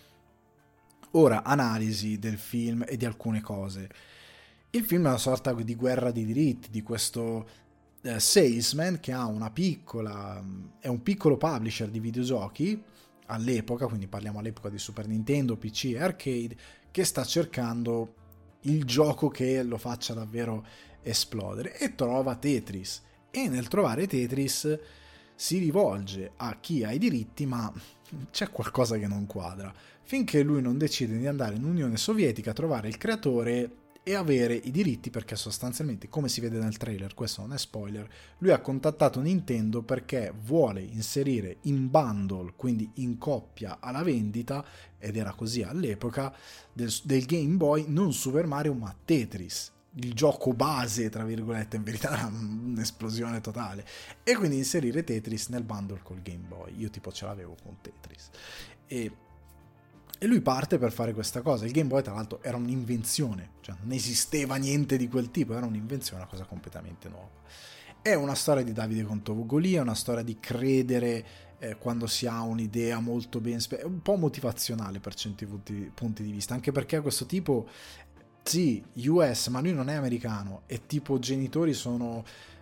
Ora, analisi del film e di alcune cose. Il film è una sorta di guerra di diritti, di questo salesman che ha una piccola, è un piccolo publisher di videogiochi all'epoca, quindi parliamo all'epoca di Super Nintendo, PC e arcade, che sta cercando il gioco che lo faccia davvero esplodere, e trova Tetris, e nel trovare Tetris si rivolge a chi ha i diritti, ma c'è qualcosa che non quadra, finché lui non decide di andare in Unione Sovietica a trovare il creatore e avere i diritti, perché sostanzialmente, come si vede nel trailer, questo non è spoiler, lui ha contattato Nintendo perché vuole inserire in bundle, quindi in coppia alla vendita, ed era così all'epoca, del Game Boy non Super Mario ma Tetris, il gioco base, tra virgolette, in verità era un'esplosione totale, e quindi inserire Tetris nel bundle col Game Boy. Io tipo ce l'avevo con Tetris, e lui parte per fare questa cosa. Il Game Boy tra l'altro era un'invenzione, cioè non esisteva niente di quel tipo, era un'invenzione, una cosa completamente nuova. È una storia di Davide contro Golia, è una storia di credere quando si ha un'idea molto ben un po' motivazionale per certi punti di vista, anche perché questo tipo, sì, US, ma lui non è americano, e tipo genitori sono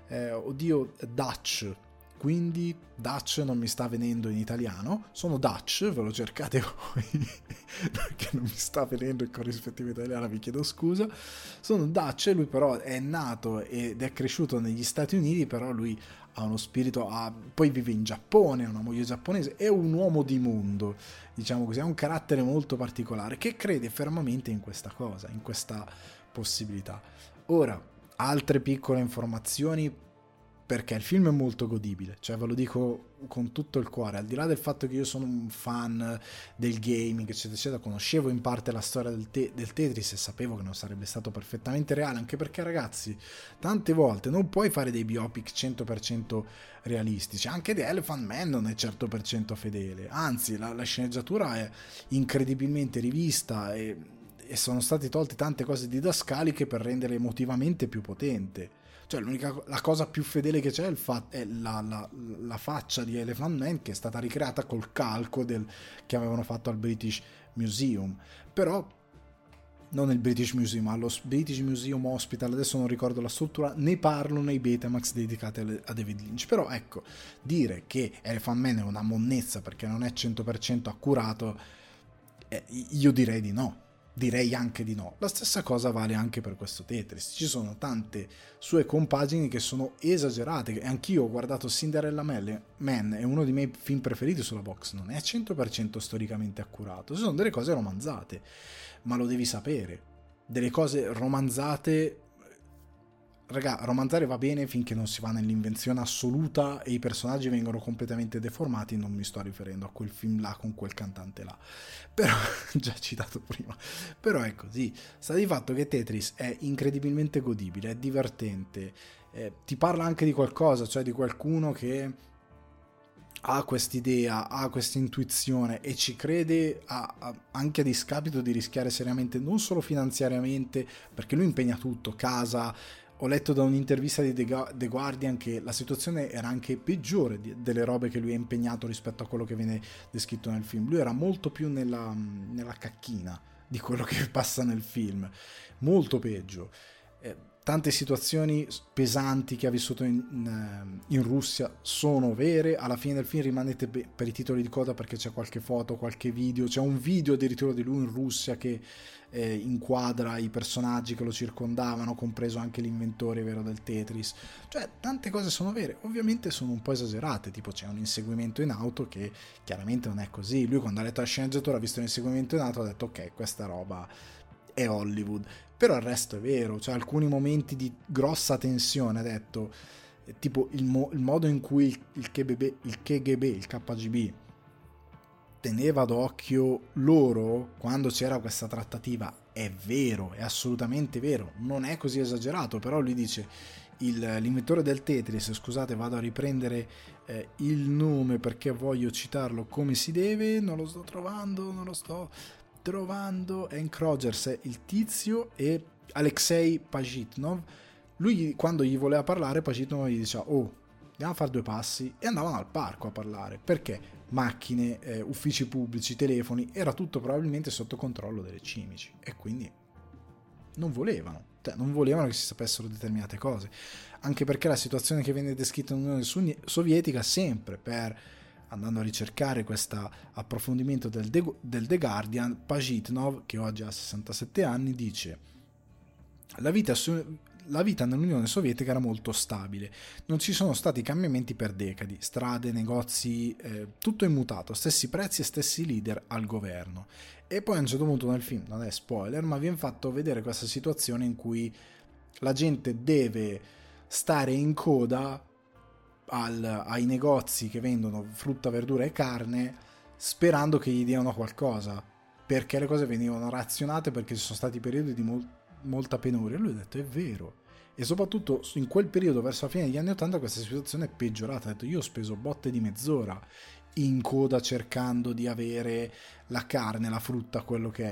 Dutch, quindi Dutch non mi sta venendo in italiano, sono Dutch, ve lo cercate voi perché non mi sta venendo il corrispettivo italiano, vi chiedo scusa. Sono Dutch, lui però è nato ed è cresciuto negli Stati Uniti, però lui ha uno spirito, poi vive in Giappone, ha una moglie giapponese, è un uomo di mondo, diciamo così, ha un carattere molto particolare che crede fermamente in questa cosa, in questa possibilità. Ora, altre piccole informazioni, perché il film è molto godibile, cioè ve lo dico con tutto il cuore, al di là del fatto che io sono un fan del gaming eccetera eccetera, conoscevo in parte la storia del Tetris e sapevo che non sarebbe stato perfettamente reale, anche perché ragazzi, tante volte non puoi fare dei biopic 100% realistici, anche The Elephant Man non è 100% fedele, anzi la sceneggiatura è incredibilmente rivista e sono stati tolti tante cose didascaliche per rendere emotivamente più potente. Cioè la cosa più fedele che c'è è la faccia di Elephant Man, che è stata ricreata col calco che avevano fatto al British Museum, però non il British Museum, allo British Museum Hospital, adesso non ricordo la struttura, ne parlo nei Betamax dedicati a David Lynch. Però ecco, dire che Elephant Man è una monnezza perché non è 100% accurato, io direi di no. Direi anche di no. La stessa cosa vale anche per questo Tetris. Ci sono tante sue compagini che sono esagerate. E anch'io ho guardato Cinderella Man, è uno dei miei film preferiti sulla box. Non è 100% storicamente accurato. Ci sono delle cose romanzate, ma lo devi sapere. Delle cose romanzate raga, romanzare va bene finché non si va nell'invenzione assoluta e i personaggi vengono completamente deformati. Non mi sto riferendo a quel film là con quel cantante là, però già citato prima. Però è così. Sta di fatto che Tetris è incredibilmente godibile, è divertente, ti parla anche di qualcosa, cioè di qualcuno che ha quest'idea, ha questa intuizione e ci crede anche a discapito di rischiare seriamente, non solo finanziariamente, perché lui impegna tutto, casa. Ho letto da un'intervista di The Guardian che la situazione era anche peggiore delle robe che lui ha impegnato rispetto a quello che viene descritto nel film. Lui era molto più nella cacchina di quello che passa nel film, molto peggio. Tante situazioni pesanti che ha vissuto in Russia sono vere. Alla fine del film rimanete per i titoli di coda perché c'è qualche foto, qualche video, c'è un video addirittura di lui in Russia che inquadra i personaggi che lo circondavano, compreso anche l'inventore vero del Tetris. Cioè tante cose sono vere, ovviamente sono un po' esagerate, tipo c'è un inseguimento in auto che chiaramente non è così. Lui quando ha letto la sceneggiatura ha visto un inseguimento in auto, ha detto ok, questa roba è Hollywood, però il resto è vero. Cioè alcuni momenti di grossa tensione, ha detto, tipo il modo in cui il KGB, il KGB teneva d'occhio loro quando c'era questa trattativa è vero, è assolutamente vero, non è così esagerato. Però lui dice l'inventore del Tetris, scusate vado a riprendere il nome perché voglio citarlo come si deve, non lo sto trovando, Hank Rogers è il tizio e Alexei Pajitnov. Lui quando gli voleva parlare, Pajitnov gli diceva oh, andiamo a fare due passi, e andavano al parco a parlare, perché macchine, uffici pubblici, telefoni, era tutto probabilmente sotto controllo delle cimici e quindi non volevano che si sapessero determinate cose, anche perché la situazione che viene descritta nell'Unione Sovietica sempre andando a ricercare questo approfondimento del The Guardian, Pajitnov, che oggi ha 67 anni, dice la vita nell'Unione Sovietica era molto stabile, non ci sono stati cambiamenti per decadi, strade, negozi, tutto immutato, stessi prezzi e stessi leader al governo. E poi a un certo punto nel film, non è spoiler, ma viene fatto vedere questa situazione in cui la gente deve stare in coda ai negozi che vendono frutta, verdura e carne sperando che gli diano qualcosa, perché le cose venivano razionate, perché ci sono stati periodi di molta penuria. E lui ha detto è vero, e soprattutto in quel periodo verso la fine degli anni 80 questa situazione è peggiorata. Ha detto io ho speso botte di mezz'ora in coda cercando di avere la carne, la frutta, quello che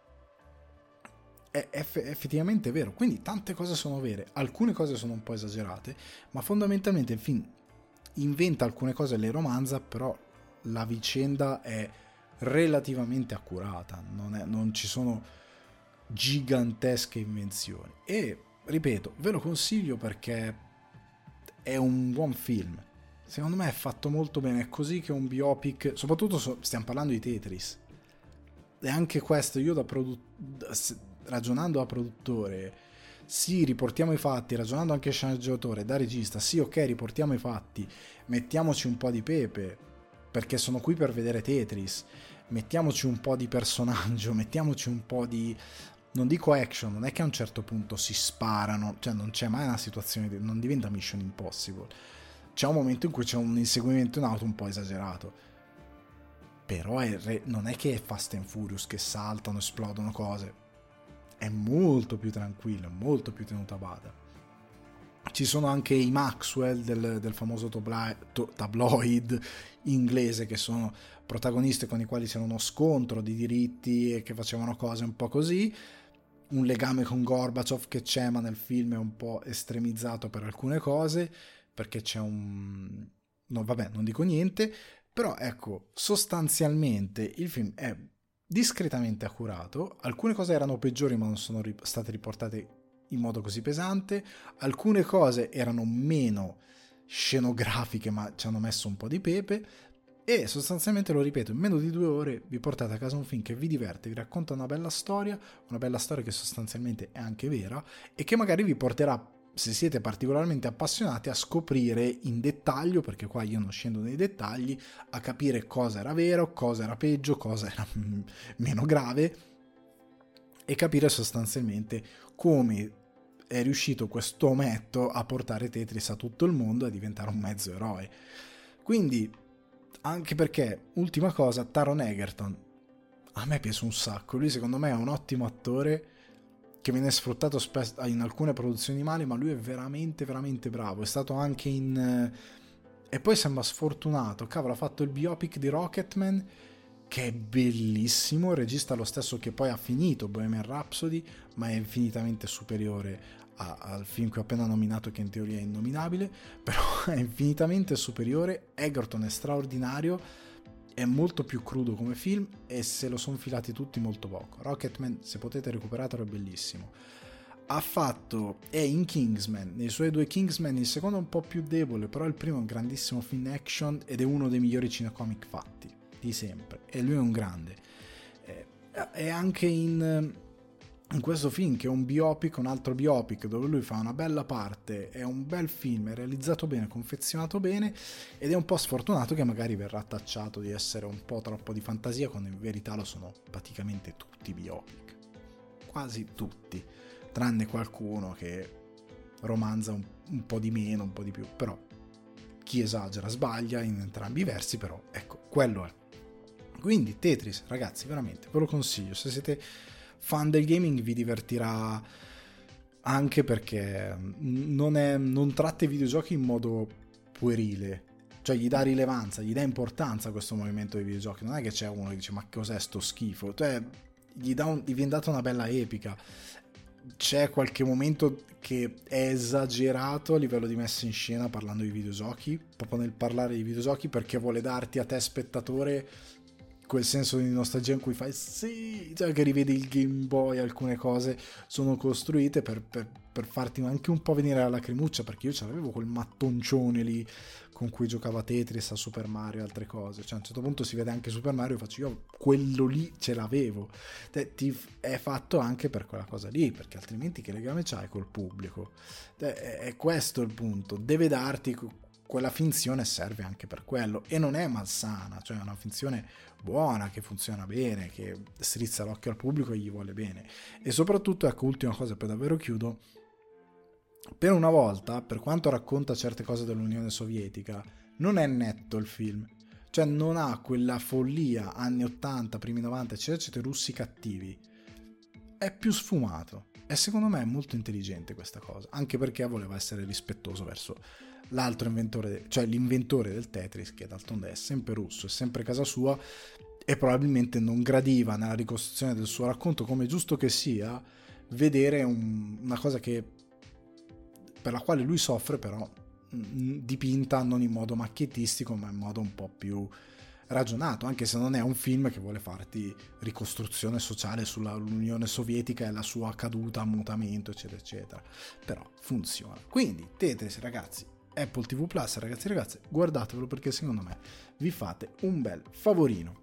è effettivamente vero. Quindi tante cose sono vere, alcune cose sono un po' esagerate, ma fondamentalmente il film inventa alcune cose, le romanza, però la vicenda è relativamente accurata, non ci sono gigantesche invenzioni. E ripeto, ve lo consiglio perché è un buon film, secondo me è fatto molto bene, è così che un biopic, soprattutto stiamo parlando di Tetris, e anche questo io ragionando da produttore, sì, riportiamo i fatti, ragionando anche sceneggiatore, da regista, sì, ok, riportiamo i fatti, mettiamoci un po' di pepe, perché sono qui per vedere Tetris, mettiamoci un po' di personaggio, mettiamoci un po' di, non dico action, non è che a un certo punto si sparano, cioè non c'è mai una situazione, non diventa Mission Impossible, c'è un momento in cui c'è un inseguimento in auto un po' esagerato, però non è che è Fast and Furious che saltano, esplodono cose, è molto più tranquillo, molto più tenuto a bada. Ci sono anche i Maxwell del famoso tabloid inglese, che sono protagonisti con i quali c'era uno scontro di diritti e che facevano cose un po' così, un legame con Gorbaciov che c'è, ma nel film è un po' estremizzato per alcune cose, perché c'è no, vabbè, non dico niente, però ecco, sostanzialmente il film è discretamente accurato, alcune cose erano peggiori ma non sono state riportate in modo così pesante, alcune cose erano meno scenografiche ma ci hanno messo un po' di pepe, e sostanzialmente, lo ripeto, in meno di 2 ore vi portate a casa un film che vi diverte, vi racconta una bella storia che sostanzialmente è anche vera e che magari vi porterà, se siete particolarmente appassionati, a scoprire in dettaglio, perché qua io non scendo nei dettagli, a capire cosa era vero, cosa era peggio, cosa era meno grave, e capire sostanzialmente come è riuscito questo ometto a portare Tetris a tutto il mondo e a diventare un mezzo eroe. Quindi, anche perché, ultima cosa, Taron Egerton, a me piace un sacco, lui secondo me è un ottimo attore che viene sfruttato spesso in alcune produzioni male, ma lui è veramente veramente bravo, è stato anche in... e poi sembra sfortunato, cavolo, ha fatto il biopic di Rocketman, che è bellissimo, il regista è lo stesso che poi ha finito Bohemian Rhapsody, ma è infinitamente superiore al film che ho appena nominato, che in teoria è innominabile, però è infinitamente superiore. Egerton è straordinario, è molto più crudo come film e se lo sono filati tutti molto poco. Rocketman, se potete recuperatelo, è bellissimo. È in Kingsman, nei suoi 2 Kingsman, il secondo è un po' più debole, però il primo è un grandissimo film action ed è uno dei migliori cinecomic fatti di sempre, e lui è un grande. È anche in questo film, che è un biopic, un altro biopic dove lui fa una bella parte, è un bel film, è realizzato bene, confezionato bene, ed è un po' sfortunato che magari verrà tacciato di essere un po' troppo di fantasia, quando in verità lo sono praticamente tutti i biopic, quasi tutti, tranne qualcuno che romanza un po' di meno, un po' di più, però chi esagera sbaglia in entrambi i versi, però ecco, quello è. Quindi Tetris, ragazzi, veramente ve lo consiglio, se siete fan del gaming vi divertirà, anche perché non tratta i videogiochi in modo puerile, cioè gli dà rilevanza, gli dà importanza a questo movimento dei videogiochi, non è che c'è uno che dice ma cos'è sto schifo, cioè gli viene data una bella epica. C'è qualche momento che è esagerato a livello di messa in scena parlando di videogiochi, proprio nel parlare di videogiochi, perché vuole darti a te spettatore quel senso di nostalgia in cui fai sì, cioè che rivedi il Game Boy, alcune cose sono costruite per farti anche un po' venire la lacrimuccia, perché io c'avevo quel mattoncione lì con cui giocava Tetris, a Super Mario e altre cose, cioè a un certo punto si vede anche Super Mario e faccio io quello lì ce l'avevo, è fatto anche per quella cosa lì, perché altrimenti che legame c'hai col pubblico? È questo il punto, deve darti quella finzione, serve anche per quello, e non è malsana, cioè è una finzione buona, che funziona bene, che strizza l'occhio al pubblico e gli vuole bene. E soprattutto, ecco, ultima cosa, poi davvero chiudo, per una volta, per quanto racconta certe cose dell'Unione Sovietica, non è netto il film, cioè non ha quella follia anni 80, primi 90, eccetera, eccetera, russi cattivi, è più sfumato, e secondo me è molto intelligente questa cosa, anche perché voleva essere rispettoso verso l'altro inventore, cioè l'inventore del Tetris, che d'altronde è sempre russo, è sempre casa sua, e probabilmente non gradiva nella ricostruzione del suo racconto, come giusto che sia, vedere una cosa per la quale lui soffre, però dipinta non in modo macchiettistico, ma in modo un po' più ragionato, anche se non è un film che vuole farti ricostruzione sociale sull'Unione Sovietica e la sua caduta, mutamento, eccetera eccetera, però funziona. Quindi Tetris, ragazzi, Apple TV Plus, ragazzi e ragazze, guardatevelo, perché secondo me vi fate un bel favorino.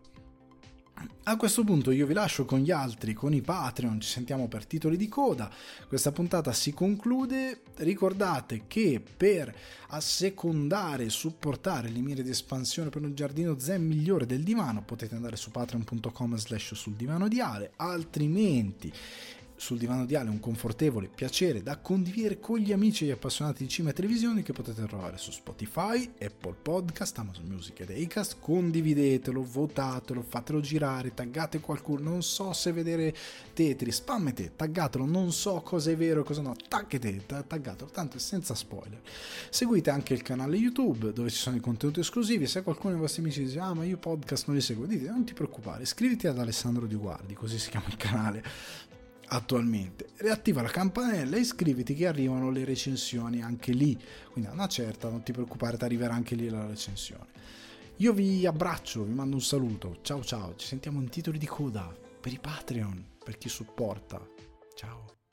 A questo punto io vi lascio con gli altri, con i Patreon, ci sentiamo per titoli di coda. Questa puntata si conclude. Ricordate che per assecondare e supportare le mire di espansione per un giardino zen migliore del divano potete andare su patreon.com/suldivano.diale, altrimenti Sul Divano di Ale è un confortevole piacere da condividere con gli amici e gli appassionati di cinema e televisione, che potete trovare su Spotify, Apple Podcast, Amazon Music ed Acast. Condividetelo, votatelo, fatelo girare, taggate qualcuno, non so se vedere Tetris, spammete, taggatelo, non so cosa è vero e cosa no, taggatelo, tanto è senza spoiler. Seguite anche il canale YouTube dove ci sono i contenuti esclusivi. Se qualcuno dei vostri amici dice ma io podcast non li seguo, dite non ti preoccupare, iscriviti ad Alessandro Di Guardi, così si chiama il canale attualmente, riattiva la campanella e iscriviti, che arrivano le recensioni anche lì, quindi a una certa non ti preoccupare, ti arriverà anche lì la recensione. Io vi abbraccio, vi mando un saluto, ciao ciao, ci sentiamo in titoli di coda per i Patreon, per chi supporta, ciao.